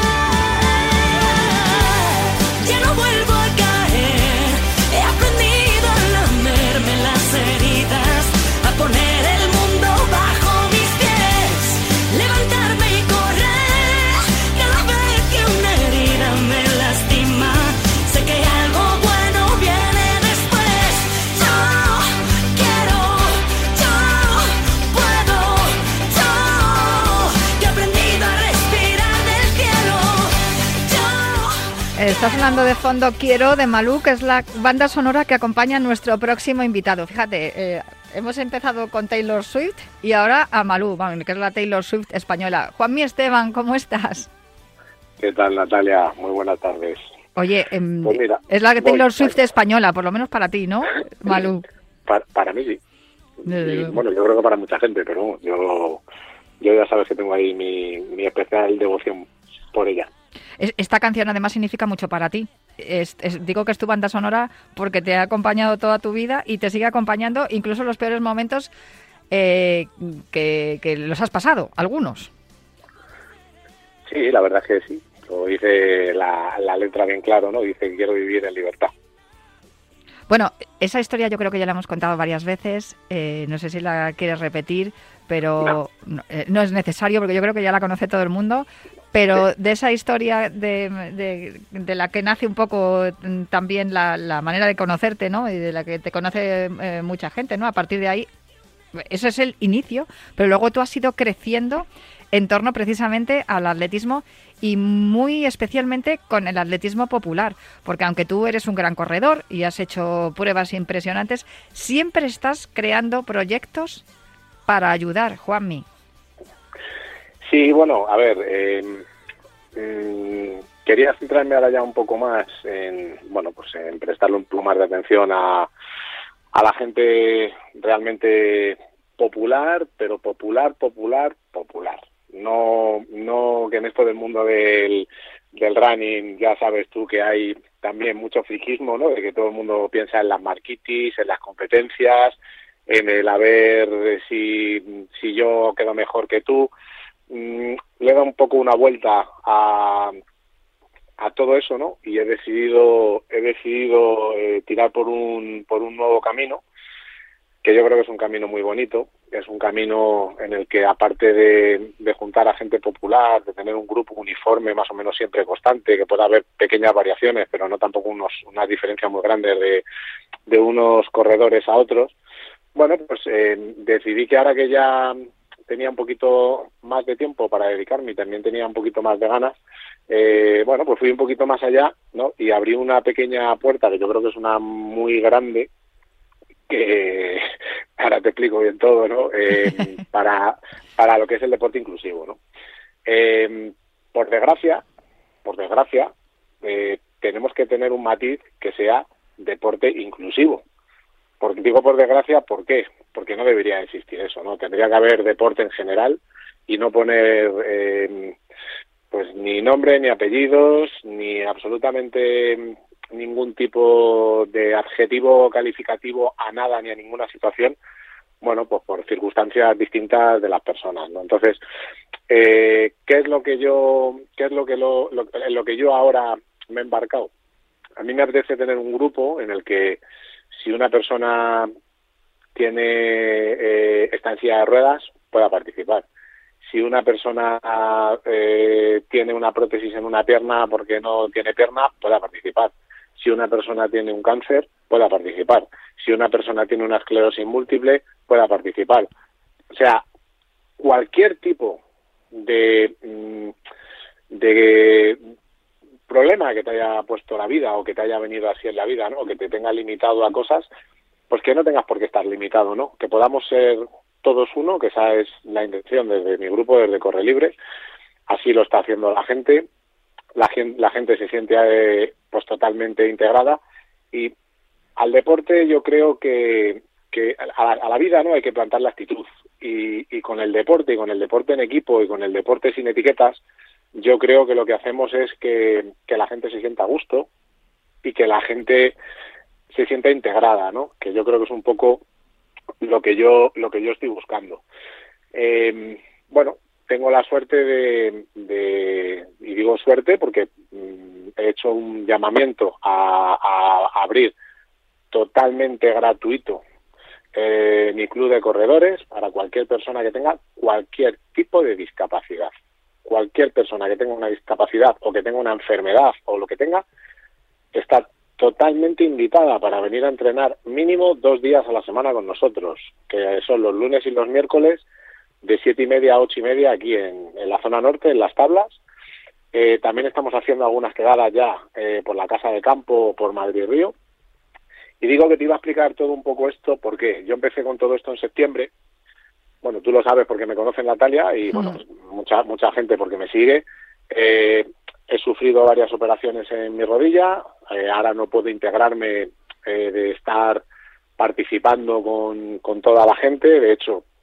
Ya no vuelvo a caer, he aprendido a lamerme las heridas, a poner el mundo bajo mis pies, levantarme y correr. Cada vez que una herida me lastima, sé que algo bueno viene después. Yo quiero, yo puedo, yo que he aprendido a respirar del cielo. Yo Está sonando de fondo Quiero, de Malú, que es la banda sonora que acompaña a nuestro próximo invitado. Fíjate, eh, hemos empezado con Taylor Swift y ahora a Malú, vamos, que es la Taylor Swift española. Juanmi Esteban, ¿cómo estás? ¿Qué tal, Natalia? Muy buenas tardes. Oye, eh, Pues mira, es la Taylor voy, Swift voy. española, por lo menos para ti, ¿no, Malú? Para, para mí sí. Desde Y, luego. bueno, yo creo que para mucha gente, pero yo yo ya sabes que tengo ahí mi, mi especial devoción por ella. Esta canción además significa mucho para ti. Es, es, digo que es tu banda sonora porque te ha acompañado toda tu vida y te sigue acompañando incluso en los peores momentos eh, que, que los has pasado, algunos. Sí, la verdad es que sí. Lo dice la, la letra bien claro, ¿no? Dice que quiero vivir en libertad. Bueno, esa historia yo creo que ya la hemos contado varias veces. Eh, no sé si la quieres repetir, pero no. No, eh, no es necesario porque yo creo que ya la conoce todo el mundo. Pero de esa historia de, de, de la que nace un poco también la, la manera de conocerte, ¿no? Y de la que te conoce eh, mucha gente, ¿no? A partir de ahí, eso es el inicio, pero luego tú has ido creciendo en torno precisamente al atletismo y muy especialmente con el atletismo popular, porque aunque tú eres un gran corredor y has hecho pruebas impresionantes, siempre estás creando proyectos para ayudar, Juanmi. Sí, bueno, a ver, eh, eh, quería centrarme ahora ya un poco más en, bueno, pues en prestarle un poco más de atención a, a la gente realmente popular, pero popular, popular, popular. No, no que en esto del mundo del, del running ya sabes tú que hay también mucho friquismo, ¿no? De que todo el mundo piensa en las marquitis, en las competencias, en el a ver si, si yo quedo mejor que tú. Mm, le he dado un poco una vuelta a, a todo eso, ¿no? Y he decidido, he decidido eh, tirar por un, por un nuevo camino, que yo creo que es un camino muy bonito. Es un camino en el que, aparte de, de juntar a gente popular, de tener un grupo uniforme más o menos siempre constante, que pueda haber pequeñas variaciones, pero no tampoco unos, unas diferencias muy grandes de, de unos corredores a otros, bueno, pues eh, decidí que ahora que ya tenía un poquito más de tiempo para dedicarme y también tenía un poquito más de ganas, eh, bueno, pues fui un poquito más allá, ¿no? Y abrí una pequeña puerta, que yo creo que es una muy grande, que ahora te explico bien todo, ¿no? Eh, para, para lo que es el deporte inclusivo, ¿no? Eh, por desgracia, por desgracia, eh, tenemos que tener un matiz que sea deporte inclusivo. Porque digo por desgracia, ¿por qué? Porque no debería existir eso, ¿no? Tendría que haber deporte en general y no poner eh, pues ni nombre, ni apellidos, ni absolutamente ningún tipo de adjetivo calificativo a nada ni a ninguna situación, bueno, pues por circunstancias distintas de las personas, ¿no? Entonces, eh, ¿qué es lo que yo, qué es lo que lo, lo, en lo que yo ahora me he embarcado? A mí me apetece tener un grupo en el que si una persona tiene eh, está en silla de ruedas, pueda participar. Si una persona eh, tiene una prótesis en una pierna porque no tiene pierna, pueda participar. Si una persona tiene un cáncer, pueda participar. Si una persona tiene una esclerosis múltiple, pueda participar. O sea, cualquier tipo de, de problema que te haya puesto la vida o que te haya venido así en la vida, ¿no? O que te tenga limitado a cosas, pues que no tengas por qué estar limitado, ¿no? Que podamos ser todos uno, que esa es la intención desde mi grupo, desde Corre Libre. Así lo está haciendo la gente. La gente, la gente se siente eh, pues totalmente integrada, y al deporte yo creo que, que a, la, a la vida, ¿no?, hay que plantar la actitud, y, y con el deporte, y con el deporte en equipo, y con el deporte sin etiquetas, yo creo que lo que hacemos es que, que la gente se sienta a gusto y que la gente se sienta integrada, ¿no? Que yo creo que es un poco lo que yo lo que yo estoy buscando. Eh, bueno, tengo la suerte de, de, y digo suerte porque mmm, he hecho un llamamiento a, a, a abrir totalmente gratuito eh, mi club de corredores para cualquier persona que tenga cualquier tipo de discapacidad. Cualquier persona que tenga una discapacidad o que tenga una enfermedad o lo que tenga, está totalmente invitada para venir a entrenar mínimo dos días a la semana con nosotros, que son los lunes y los miércoles, de siete y media a ocho y media aquí en, en la zona norte, en Las Tablas. Eh, también estamos haciendo algunas quedadas ya eh, por la Casa de Campo, por Madrid Río. Y digo que te iba a explicar todo un poco esto porque yo empecé con todo esto en septiembre. Bueno, tú lo sabes porque me conocen, Natalia, y bueno, pues mucha mucha gente porque me sigue. Eh, he sufrido varias operaciones en mi rodilla. Eh, ahora no puedo integrarme eh, de estar participando con, con toda la gente. De hecho,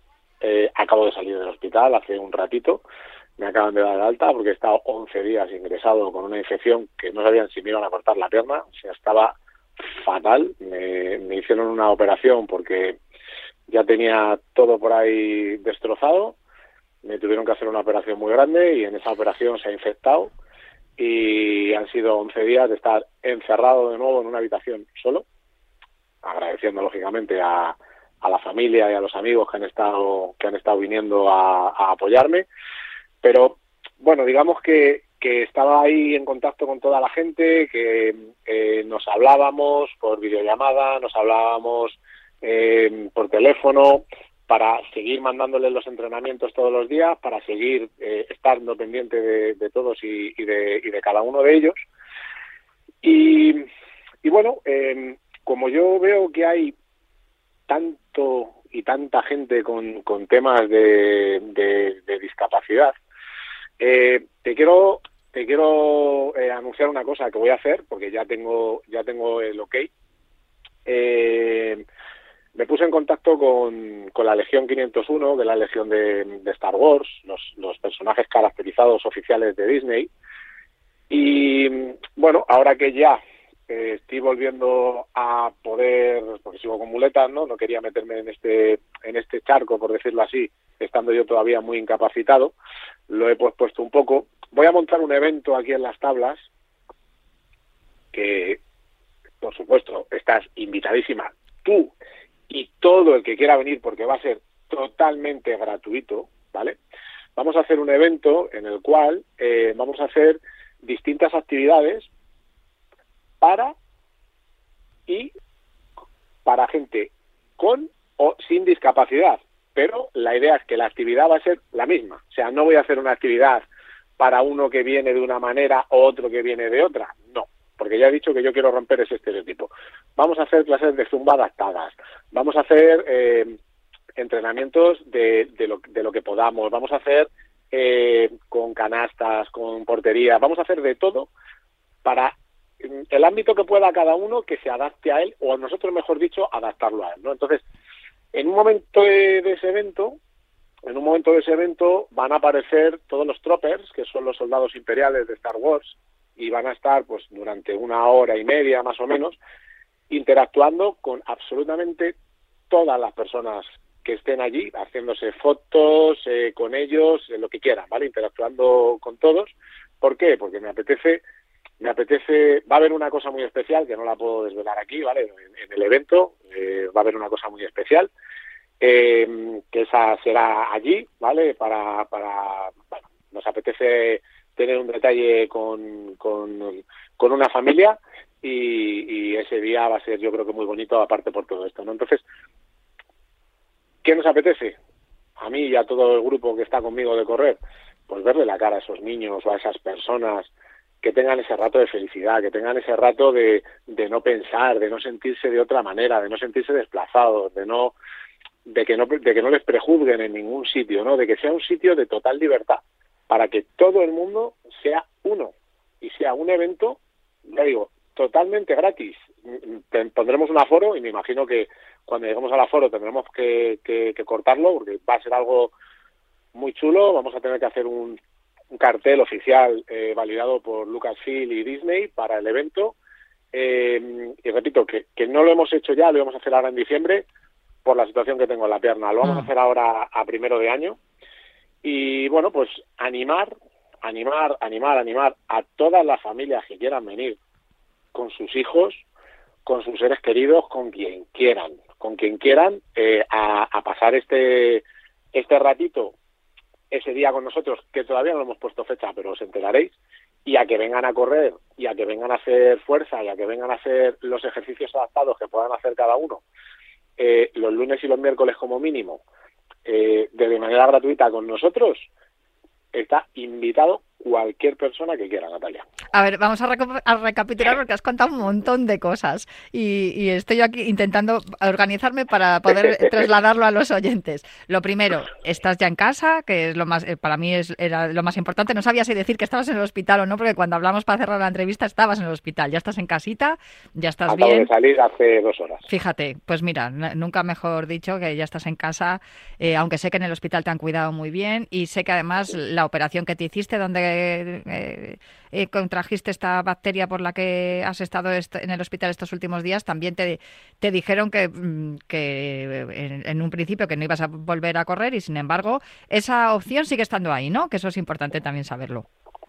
Eh, acabo de salir del hospital hace un ratito, me acaban de dar de alta porque he estado once días ingresado con una infección que no sabían si me iban a cortar la pierna, o sea, estaba fatal. Me, me hicieron una operación porque ya tenía todo por ahí destrozado, me tuvieron que hacer una operación muy grande y en esa operación se ha infectado y han sido once días de estar encerrado de nuevo en una habitación solo, agradeciendo lógicamente a, a la familia y a los amigos que han estado que han estado viniendo a, a apoyarme, pero bueno, digamos que, que estaba ahí en contacto con toda la gente, que eh, nos hablábamos por videollamada, nos hablábamos eh, por teléfono, para seguir mandándoles los entrenamientos todos los días, para seguir eh, estando pendiente de, de todos y, y, de, y de cada uno de ellos. Y, y bueno, eh, como yo veo que hay tanto y tanta gente con, con temas de, de, de discapacidad, eh, te quiero te quiero eh, anunciar una cosa que voy a hacer, porque ya tengo ya tengo el ok. Eh, me puse en contacto con, con la Legión quinientos uno, que es la Legión de, de Star Wars, los, los personajes caracterizados oficiales de Disney. Y bueno, ahora que ya eh, estoy volviendo a poder, porque sigo con muletas, ¿no? No quería meterme en este en este charco, por decirlo así, estando yo todavía muy incapacitado, lo he pospuesto un poco. Voy a montar un evento aquí en Las Tablas, que, por supuesto, estás invitadísima tú y todo el que quiera venir, porque va a ser totalmente gratuito, ¿vale? Vamos a hacer un evento en el cual eh, vamos a hacer distintas actividades para y para gente con o sin discapacidad, pero la idea es que la actividad va a ser la misma. O sea, no voy a hacer una actividad para uno que viene de una manera o otro que viene de otra, no, porque ya he dicho que yo quiero romper ese estereotipo. Vamos a hacer clases de zumba adaptadas, vamos a hacer eh, entrenamientos de, de, lo, de lo que podamos, vamos a hacer eh, con canastas, con portería, vamos a hacer de todo para el ámbito que pueda cada uno, que se adapte a él, o nosotros, mejor dicho, adaptarlo a él, ¿no? Entonces, en un momento de, de ese evento, en un momento de ese evento van a aparecer todos los troopers, que son los soldados imperiales de Star Wars, y van a estar pues durante una hora y media más o menos interactuando con absolutamente todas las personas que estén allí, haciéndose fotos eh, con ellos, eh, lo que quieran, ¿vale? Interactuando con todos. ¿Por qué? Porque me apetece, me apetece, va a haber una cosa muy especial que no la puedo desvelar aquí, ¿vale? En, en el evento eh, va a haber una cosa muy especial. Eh, que esa será allí, ¿vale? Para, para bueno, nos apetece tener un detalle con, con, con una familia y, y ese día va a ser, yo creo que muy bonito, aparte por todo esto, ¿no? Entonces, ¿qué nos apetece? A mí y a todo el grupo que está conmigo de correr, pues verle la cara a esos niños o a esas personas, que tengan ese rato de felicidad, que tengan ese rato de, de no pensar, de no sentirse de otra manera, de no sentirse desplazados, de no de que no de que no les prejuzguen en ningún sitio, ¿no? De que sea un sitio de total libertad para que todo el mundo sea uno y sea un evento, ya digo, totalmente gratis. Pondremos un aforo y me imagino que cuando lleguemos al aforo tendremos que, que, que cortarlo porque va a ser algo muy chulo. Vamos a tener que hacer un, un cartel oficial eh, validado por Lucasfilm y Disney para el evento. Eh, y repito, que, que no lo hemos hecho ya, lo vamos a hacer ahora en diciembre, por la situación que tengo en la pierna. Lo vamos a hacer ahora a primero de año. Y bueno, pues animar, animar, animar, animar a todas las familias que quieran venir con sus hijos, con sus seres queridos, con quien quieran, con quien quieran, eh, a, a pasar este, este ratito, ese día con nosotros, que todavía no hemos puesto fecha, pero os enteraréis, y a que vengan a correr, y a que vengan a hacer fuerza, y a que vengan a hacer los ejercicios adaptados que puedan hacer cada uno. Eh, los lunes y los miércoles como mínimo, eh, de manera gratuita con nosotros, está invitado cualquier persona que quiera, Natalia. A ver, vamos a, reco- a recapitular porque has contado un montón de cosas y, y estoy aquí intentando organizarme para poder trasladarlo a los oyentes. Lo primero, estás ya en casa, que es lo más, eh, para mí es, era lo más importante. No sabía si decir que estabas en el hospital o no, porque cuando hablamos para cerrar la entrevista estabas en el hospital. Ya estás en casita, ya estás Acabo bien. de salir hace dos horas. Fíjate, pues mira, n- nunca mejor dicho que ya estás en casa, eh, aunque sé que en el hospital te han cuidado muy bien y sé que además la operación que te hiciste donde eh, eh, contrajiste esta bacteria por la que has estado est- en el hospital estos últimos días, también te, te dijeron que, mm, que en, en un principio que no ibas a volver a correr y sin embargo esa opción sigue estando ahí, ¿no? Que eso es importante también saberlo.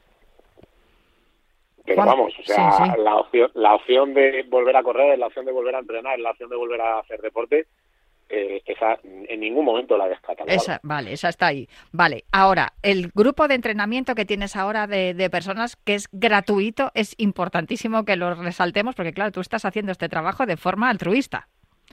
Pero Juan, vamos, o sea, sí, sí. La, opción, la opción de volver a correr, la opción de volver a entrenar, la opción de volver a hacer deporte, eh, esa en ningún momento la he descartado. Esa, vale, esa está ahí. Vale, ahora, el grupo de entrenamiento que tienes ahora de, de personas que es gratuito, es importantísimo que lo resaltemos porque, claro, tú estás haciendo este trabajo de forma altruista.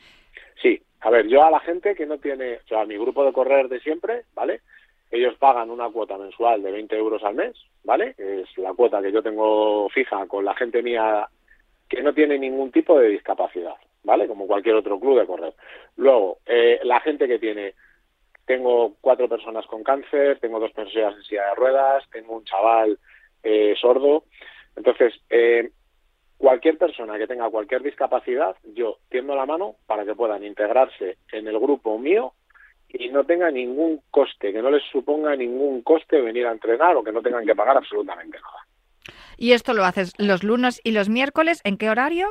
Sí, a ver, yo a la gente que no tiene, o sea, a mi grupo de correr de siempre, ¿vale? Ellos pagan una cuota mensual de veinte euros al mes, ¿vale? Que es la cuota que yo tengo fija con la gente mía que no tiene ningún tipo de discapacidad, ¿vale? Como cualquier otro club de correr. Luego, eh, la gente que tiene, tengo cuatro personas con cáncer, tengo dos personas en silla de ruedas, tengo un chaval eh, sordo. Entonces, eh, cualquier persona que tenga cualquier discapacidad, yo tiendo la mano para que puedan integrarse en el grupo mío y no tenga ningún coste, que no les suponga ningún coste venir a entrenar o que no tengan que pagar absolutamente nada. ¿Y esto lo haces los lunes y los miércoles? ¿En qué horario?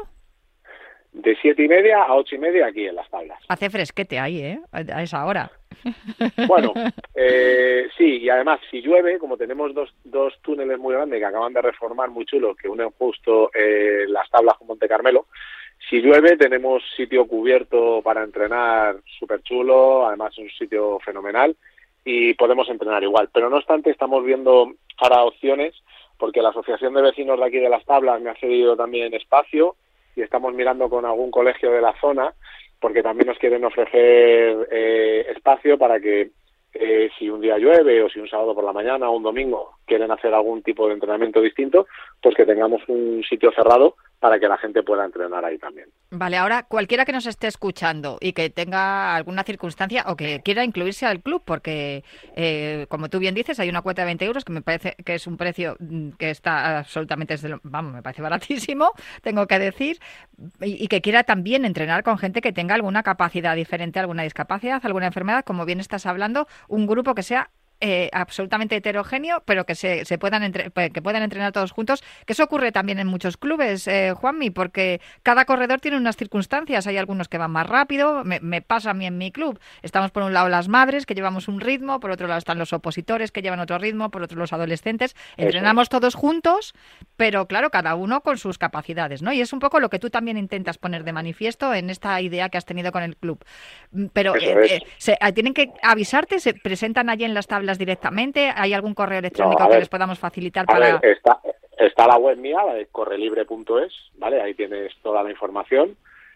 De siete y media a ocho y media aquí en Las Tablas. Hace fresquete ahí, ¿eh? A esa hora. Bueno, eh, sí, y además si llueve, como tenemos dos, dos túneles muy grandes que acaban de reformar muy chulos, que unen justo eh, Las Tablas con Monte Carmelo, si llueve tenemos sitio cubierto para entrenar súper chulo, además es un sitio fenomenal y podemos entrenar igual. Pero no obstante estamos viendo ahora opciones porque la Asociación de Vecinos de aquí de Las Tablas me ha cedido también espacio y estamos mirando con algún colegio de la zona porque también nos quieren ofrecer eh, espacio para que eh, si un día llueve o si un sábado por la mañana o un domingo quieren hacer algún tipo de entrenamiento distinto, pues que tengamos un sitio cerrado para que la gente pueda entrenar ahí también. Vale, ahora cualquiera que nos esté escuchando y que tenga alguna circunstancia o que quiera incluirse al club, porque eh, como tú bien dices, hay una cuota de veinte euros que me parece que es un precio que está absolutamente, desde lo, vamos, me parece baratísimo, tengo que decir, y, y que quiera también entrenar con gente que tenga alguna capacidad diferente, alguna discapacidad, alguna enfermedad, como bien estás hablando, un grupo que sea Eh, absolutamente heterogéneo, pero que se, se puedan entre, que puedan entrenar todos juntos, que eso ocurre también en muchos clubes, eh, Juanmi, porque cada corredor tiene unas circunstancias, hay algunos que van más rápido, me, me pasa a mí en mi club, estamos por un lado las madres, que llevamos un ritmo, por otro lado están los opositores, que llevan otro ritmo, por otro los adolescentes, entrenamos todos juntos, pero claro, cada uno con sus capacidades, ¿no? Y es un poco lo que tú también intentas poner de manifiesto en esta idea que has tenido con el club. Pero eh, eh, se, tienen que avisarte, se presentan allí en las tablas directamente, ¿hay algún correo electrónico no, ver, que les podamos facilitar a para...? Ver, está, está la web mía, la de correlibre punto es, ¿vale? Ahí tienes toda la información.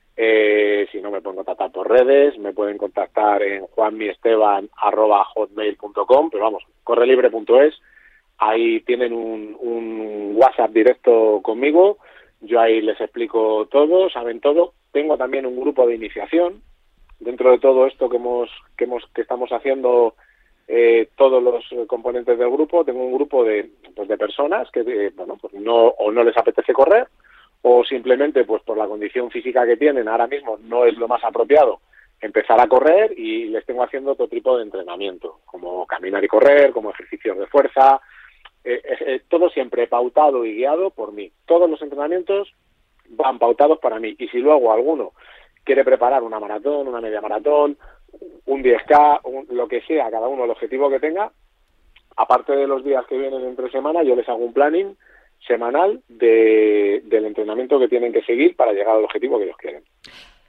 Eh, si no, me pueden contactar por redes, me pueden contactar en juanmiesteban arroba hotmail punto com, pero vamos, correlibre punto es, ahí tienen un, un WhatsApp directo conmigo, yo ahí les explico todo, saben todo. Tengo también un grupo de iniciación, dentro de todo esto que hemos que hemos que estamos haciendo eh, todos los componentes del grupo, tengo un grupo de pues de personas que eh, bueno pues no o no les apetece correr o simplemente pues por la condición física que tienen ahora mismo no es lo más apropiado empezar a correr y les tengo haciendo otro tipo de entrenamiento como caminar y correr, como ejercicios de fuerza, eh, eh, todo siempre pautado y guiado por mí. Todos los entrenamientos van pautados para mí y si luego alguno quiere preparar una maratón, una media maratón, un diez K, un, lo que sea, cada uno el objetivo que tenga, aparte de los días que vienen entre semana, yo les hago un planning semanal de, del entrenamiento que tienen que seguir para llegar al objetivo que ellos quieren.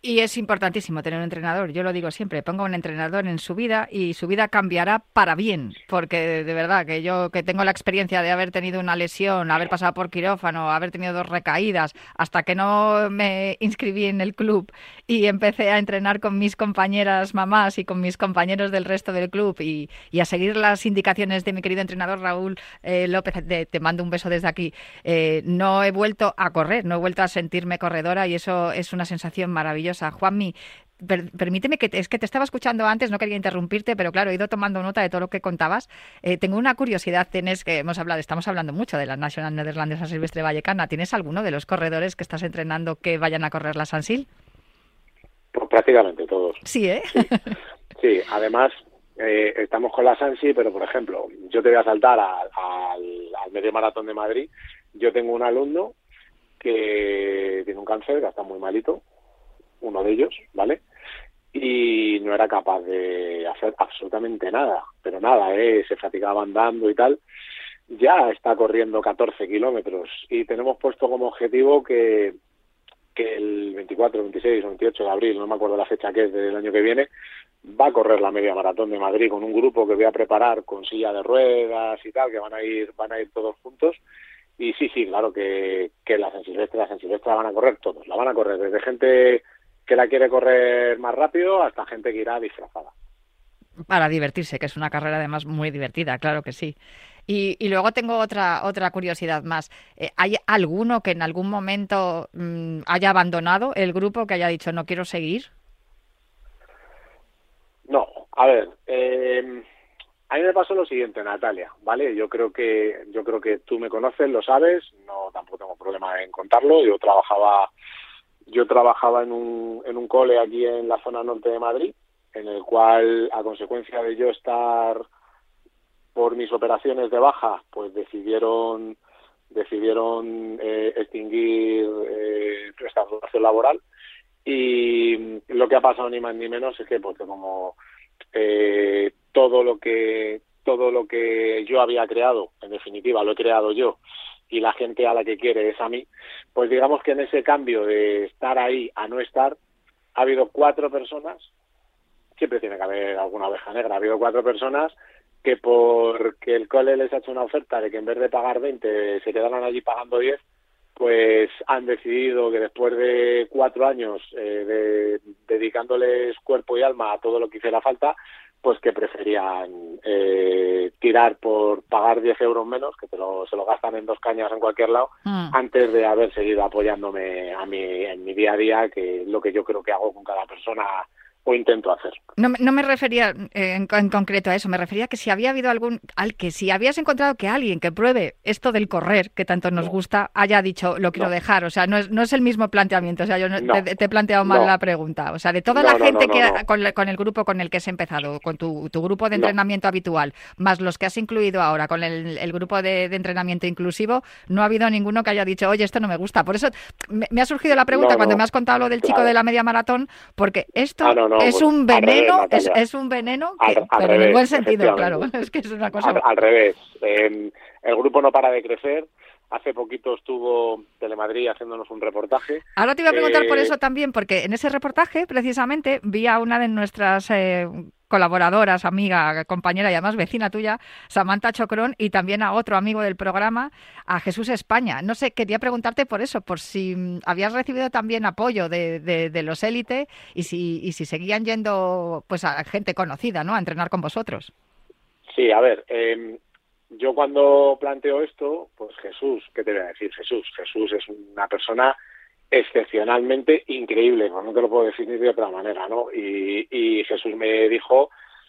Y es importantísimo tener un entrenador, yo lo digo siempre, ponga un entrenador en su vida y su vida cambiará para bien, porque de verdad que yo que tengo la experiencia de haber tenido una lesión, haber pasado por quirófano, haber tenido dos recaídas, hasta que no me inscribí en el club y empecé a entrenar con mis compañeras mamás y con mis compañeros del resto del club y, y a seguir las indicaciones de mi querido entrenador Raúl eh, López, de, te mando un beso desde aquí, eh, no he vuelto a correr, no he vuelto a sentirme corredora y eso es una sensación maravillosa. Juanmi, per, permíteme que te, es que te estaba escuchando antes, no quería interrumpirte, pero claro, he ido tomando nota de todo lo que contabas. Eh, tengo una curiosidad, tienes que hemos hablado, estamos hablando mucho de la Nacional Neerlandesa Silvestre Vallecana. ¿Tienes alguno de los corredores que estás entrenando que vayan a correr la Sansil? Pues prácticamente todos. Sí, ¿eh? Sí, sí. Además, eh, estamos con la Sansi, pero por ejemplo, yo te voy a saltar a, a, al, al medio maratón de Madrid. Yo tengo un alumno que tiene un cáncer, que está muy malito, uno de ellos, ¿vale? Y no era capaz de hacer absolutamente nada, pero nada, ¿eh? Se fatigaba andando y tal. Ya está corriendo catorce kilómetros y tenemos puesto como objetivo que, que el veinticuatro, veintiséis o veintiocho de abril, no me acuerdo la fecha que es del año que viene, va a correr la media maratón de Madrid con un grupo que voy a preparar con silla de ruedas y tal, que van a ir, van a ir todos juntos. Y sí, sí, claro que, que la San Silvestre, la San Silvestre la van a correr todos, la van a correr desde gente que la quiere correr más rápido hasta gente que irá disfrazada. Para divertirse, que es una carrera además muy divertida, claro que sí. Y, y luego tengo otra otra curiosidad más. Eh, ¿Hay alguno que en algún momento mmm, haya abandonado el grupo, que haya dicho no quiero seguir? No, a ver, eh, a mí me pasó lo siguiente, Natalia, ¿vale? Yo creo que yo creo que tú me conoces, lo sabes, no tampoco tengo problema en contarlo. Yo trabajaba yo trabajaba en un en un cole aquí en la zona norte de Madrid, en el cual, a consecuencia de yo estar por mis operaciones de baja, pues decidieron decidieron eh, extinguir eh, esta relación laboral. Y lo que ha pasado ni más ni menos es que, pues, como eh, todo lo que todo lo que yo había creado, en definitiva, lo he creado yo, y la gente a la que quiere es a mí, pues digamos que en ese cambio de estar ahí a no estar, ha habido cuatro personas, siempre tiene que haber alguna oveja negra, ha habido cuatro personas que porque el cole les ha hecho una oferta de que en vez de pagar veinte se quedaran allí pagando diez, pues han decidido que después de cuatro años eh, de, dedicándoles cuerpo y alma a todo lo que hiciera falta, pues que preferían eh, tirar por pagar diez euros menos, que te lo, se lo gastan en dos cañas en cualquier lado, mm. antes de haber seguido apoyándome a mí en mi día a día, que es lo que yo creo que hago con cada persona o intento hacer. No, no me refería eh, en, en concreto a eso, me refería a que si había habido algún, al que si habías encontrado que alguien que pruebe esto del correr, que tanto nos no. gusta, haya dicho, lo quiero no. dejar, o sea, no es, no es el mismo planteamiento, o sea, yo no, no. Te, te he planteado mal no. la pregunta, o sea, de toda no, la no, gente no, no, que no. Con, con el grupo con el que has empezado, con tu, tu grupo de entrenamiento no. habitual, más los que has incluido ahora con el, el grupo de, de entrenamiento inclusivo, no ha habido ninguno que haya dicho, oye, esto no me gusta. Por eso me, me ha surgido la pregunta no, cuando no. me has contado lo del claro. chico de la media maratón, porque esto ah, no, no, es pues, un veneno, revés, es, es un veneno, que, al, al pero revés, en el buen sentido, claro, es que es una cosa... Al, al revés, eh, el grupo no para de crecer. Hace poquito estuvo Telemadrid haciéndonos un reportaje. Ahora te iba a preguntar eh... por eso también, porque en ese reportaje, precisamente, vi a una de nuestras eh, colaboradoras, amiga, compañera y además vecina tuya, Samantha Chocrón, y también a otro amigo del programa, a Jesús España. No sé, quería preguntarte por eso, por si habías recibido también apoyo de, de, de los élite y si, y si seguían yendo pues a gente conocida, ¿no?, a entrenar con vosotros. Sí, a ver... Eh... Yo cuando planteo esto, pues Jesús, ¿qué te voy a decir? Jesús, Jesús es una persona excepcionalmente increíble, no te lo puedo definir de otra manera, ¿no? Y, y Jesús me dijo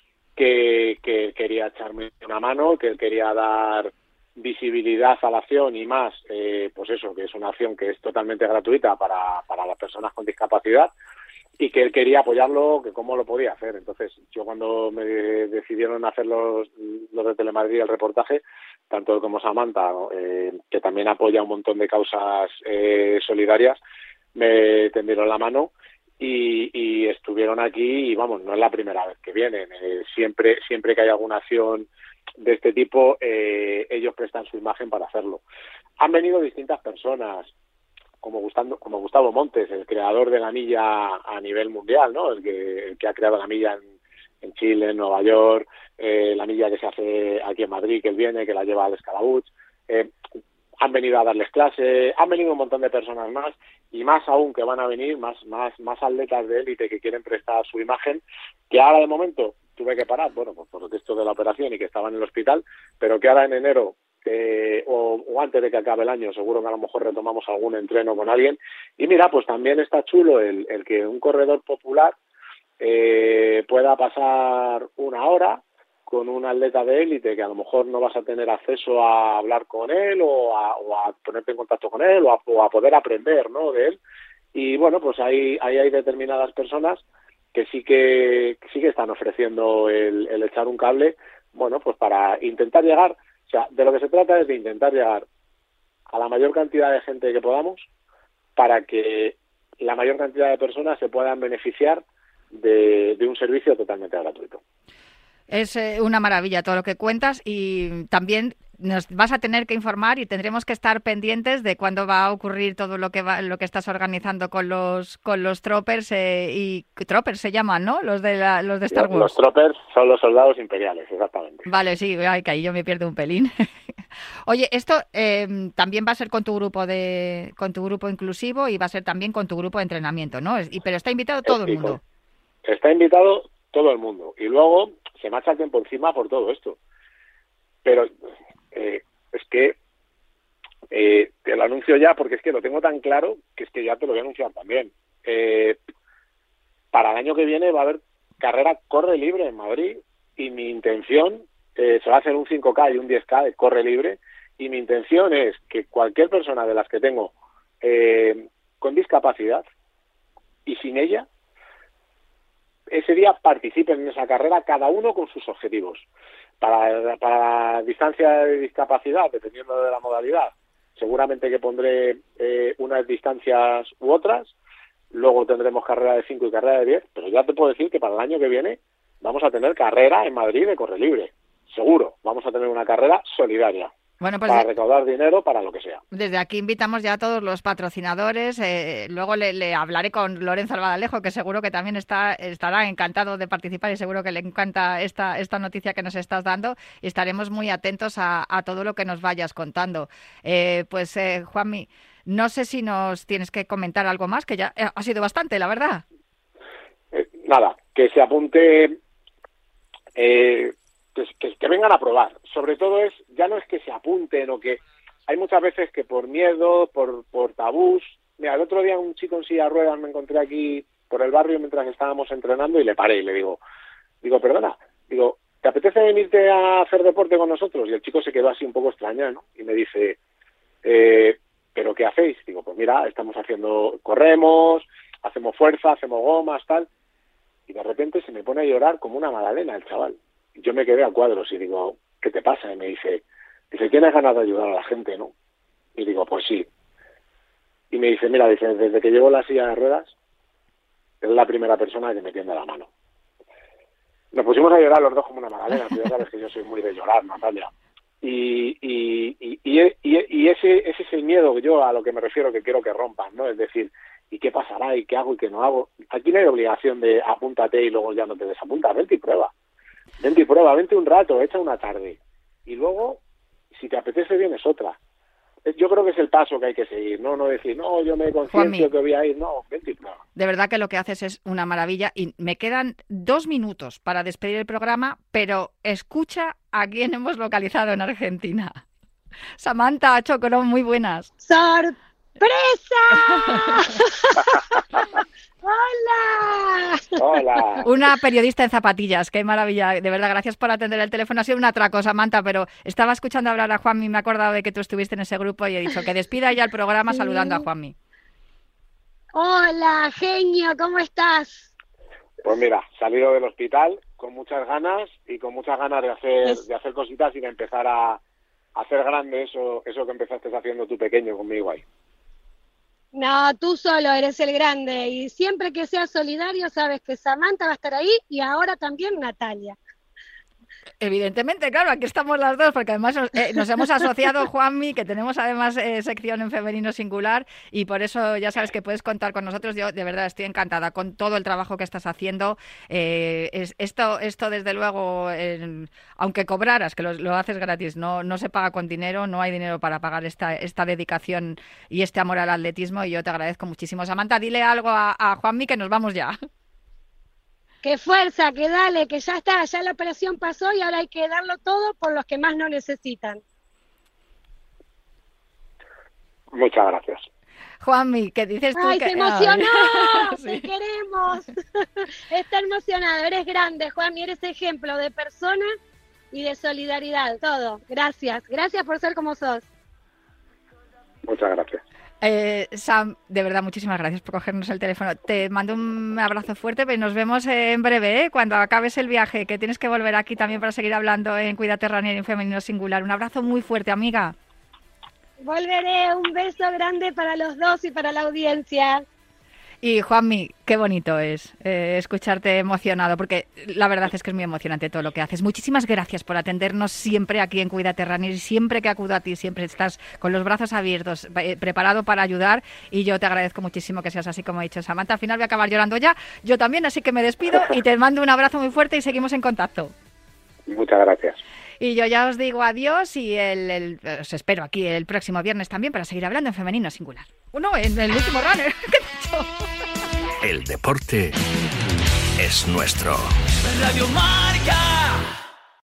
que, que quería echarme una mano, que él quería dar visibilidad a la acción y más, eh, pues eso, que es una acción que es totalmente gratuita para, para las personas con discapacidad, y que él quería apoyarlo, que cómo lo podía hacer. Entonces, yo cuando me decidieron hacer los, los de Telemadrid el reportaje, tanto él como Samantha, eh, que también apoya un montón de causas eh, solidarias, me tendieron la mano y, y estuvieron aquí, y vamos, no es la primera vez que vienen. Eh, siempre, siempre que hay alguna acción de este tipo, eh, ellos prestan su imagen para hacerlo. Han venido distintas personas. como Gustavo, como Gustavo Montes, el creador de la milla a nivel mundial, ¿no? El que, el que ha creado la milla en, en Chile, en Nueva York, eh, la milla que se hace aquí en Madrid, que él viene, que la lleva al Scalabutx, eh, han venido a darles clase, han venido un montón de personas más, y más aún que van a venir más, más, más atletas de élite que quieren prestar su imagen, que ahora de momento tuve que parar, bueno, pues por esto de la operación y que estaban en el hospital, pero que ahora en enero eh, o, o antes de que acabe el año seguro que a lo mejor retomamos algún entreno con alguien. Y mira, pues también está chulo el, el que un corredor popular eh, pueda pasar una hora con un atleta de élite que a lo mejor no vas a tener acceso a hablar con él o a, o a ponerte en contacto con él o a, o a poder aprender, ¿no?, de él. Y bueno, pues ahí, ahí hay determinadas personas que sí que sí que están ofreciendo el, el echar un cable, bueno, pues para intentar llegar, o sea, de lo que se trata es de intentar llegar a la mayor cantidad de gente que podamos para que la mayor cantidad de personas se puedan beneficiar de, de un servicio totalmente gratuito. Es eh, una maravilla todo lo que cuentas y también nos vas a tener que informar y tendremos que estar pendientes de cuándo va a ocurrir todo lo que va, lo que estás organizando con los con los troopers eh, y troopers se llaman, ¿no? Los de la, los de Star Wars. Los troopers son los soldados imperiales, exactamente. Vale, sí, ay, que ahí yo me pierdo un pelín. Oye, esto eh, también va a ser con tu grupo de con tu grupo inclusivo y va a ser también con tu grupo de entrenamiento, ¿no? Y, pero está invitado todo el mundo. Está invitado todo el mundo y luego se marcha el tiempo encima por todo esto. Pero eh, es que eh, te lo anuncio ya porque es que lo tengo tan claro que es que ya te lo voy a anunciar también. Eh, para el año que viene va a haber carrera corre libre en Madrid y mi intención eh, se va a hacer un cinco K y un diez K de corre libre y mi intención es que cualquier persona de las que tengo eh, con discapacidad y sin ella ese día participen en esa carrera cada uno con sus objetivos. Para, para la distancia de discapacidad, dependiendo de la modalidad, seguramente que pondré eh, unas distancias u otras, luego tendremos carrera de cinco y carrera de diez, pero ya te puedo decir que para el año que viene vamos a tener carrera en Madrid de corre libre, seguro, vamos a tener una carrera solidaria. Bueno, pues para recaudar dinero para lo que sea. Desde aquí invitamos ya a todos los patrocinadores. Eh, luego le, le hablaré con Lorenzo Albadalejo, que seguro que también está estará encantado de participar y seguro que le encanta esta esta noticia que nos estás dando. Y estaremos muy atentos a, a todo lo que nos vayas contando. Eh, pues, eh, Juanmi, no sé si nos tienes que comentar algo más, que ya ha sido bastante, la verdad. Eh, nada, que se apunte... Eh, Que, que, que vengan a probar. Sobre todo es, ya no es que se apunten o que hay muchas veces que por miedo, por, por tabús. Mira, el otro día un chico en silla de ruedas me encontré aquí por el barrio mientras estábamos entrenando y le paré y le digo, digo, perdona, digo, ¿te apetece venirte a hacer deporte con nosotros? Y el chico se quedó así un poco extrañado, ¿no? Y me dice, eh, ¿pero qué hacéis? Digo, pues mira, estamos haciendo, corremos, hacemos fuerza, hacemos gomas, tal. Y de repente se me pone a llorar como una magdalena el chaval. Yo me quedé a cuadros y digo, ¿qué te pasa? Y me dice, dice, ¿tienes ganas de ayudar a la gente, no? Y digo, pues sí. Y me dice, mira, dice, desde que llevo la silla de ruedas, es la primera persona que me tiende la mano. Nos pusimos a llorar los dos como una magdalena, tú ya sabes que yo soy muy de llorar, Natalia. Y, y, y, y, y, y ese, ese es el miedo yo a lo que me refiero que quiero que rompan, ¿no? Es decir, ¿y qué pasará? ¿Y qué hago y qué no hago? Aquí no hay obligación de apúntate y luego ya no te desapuntas, vente y prueba. Vente y prueba, vente un rato, echa una tarde. Y luego, si te apetece, vienes otra. Yo creo que es el paso que hay que seguir, ¿no? No decir, no, yo me conciencio que voy a ir, no, vente y prueba. De verdad que lo que haces es una maravilla y me quedan dos minutos para despedir el programa, pero escucha a quién hemos localizado en Argentina. Samantha, Chocorón, muy buenas. ¡Sorpresa! ¡Hola! ¡Hola! Una periodista en zapatillas, qué maravilla. De verdad, gracias por atender el teléfono. Ha sido un atraco, Samantha, pero estaba escuchando hablar a Juanmi y me he acordado de que tú estuviste en ese grupo y he dicho que despida ya el programa sí. saludando a Juanmi. Hola, genio, ¿cómo estás? Pues mira, salido del hospital con muchas ganas y con muchas ganas de hacer, es... de hacer cositas y de empezar a, a hacer grande eso, eso que empezaste haciendo tú pequeño conmigo ahí. No, tú solo eres el grande y siempre que seas solidario sabes que Samantha va a estar ahí y ahora también Natalia. Evidentemente, claro, aquí estamos las dos, porque además nos, eh, nos hemos asociado, Juanmi, que tenemos además eh, sección en femenino singular, y por eso ya sabes que puedes contar con nosotros. Yo de verdad estoy encantada con todo el trabajo que estás haciendo. Eh, es, esto, esto desde luego, eh, aunque cobraras, que lo, lo haces gratis, no, no se paga con dinero, no hay dinero para pagar esta, esta dedicación y este amor al atletismo, y yo te agradezco muchísimo. Samantha, dile algo a, a Juanmi, que nos vamos ya. ¡Qué fuerza! ¡Que dale! Que ya está, ya la operación pasó y ahora hay que darlo todo por los que más no necesitan. Muchas gracias. Juanmi, ¿qué dices tú? ¡Ay, que... se emocionó! Sí. ¡Te queremos! Está emocionado, eres grande, Juanmi, eres ejemplo de persona y de solidaridad, todo. Gracias, gracias por ser como sos. Muchas gracias. Eh, Sam, de verdad, muchísimas gracias por cogernos el teléfono. Te mando un abrazo fuerte, pero nos vemos en breve, ¿eh? Cuando acabes el viaje, que tienes que volver aquí también para seguir hablando en Cuídate Runner y en Femenino Singular. Un abrazo muy fuerte, amiga. Volveré, un beso grande para los dos y para la audiencia. Y Juanmi, qué bonito es eh, escucharte emocionado, porque la verdad es que es muy emocionante todo lo que haces. Muchísimas gracias por atendernos siempre aquí en Cuídate Runner, y siempre que acudo a ti, siempre estás con los brazos abiertos, eh, preparado para ayudar, y yo te agradezco muchísimo que seas así como he dicho, Samantha. Al final voy a acabar llorando ya, yo también, así que me despido y te mando un abrazo muy fuerte y seguimos en contacto. Muchas gracias. Y yo ya os digo adiós y el, el, os espero aquí el próximo viernes también para seguir hablando en Femenino Singular. No, en el último runner. ¿Qué he dicho? El deporte es nuestro. Radio Marca.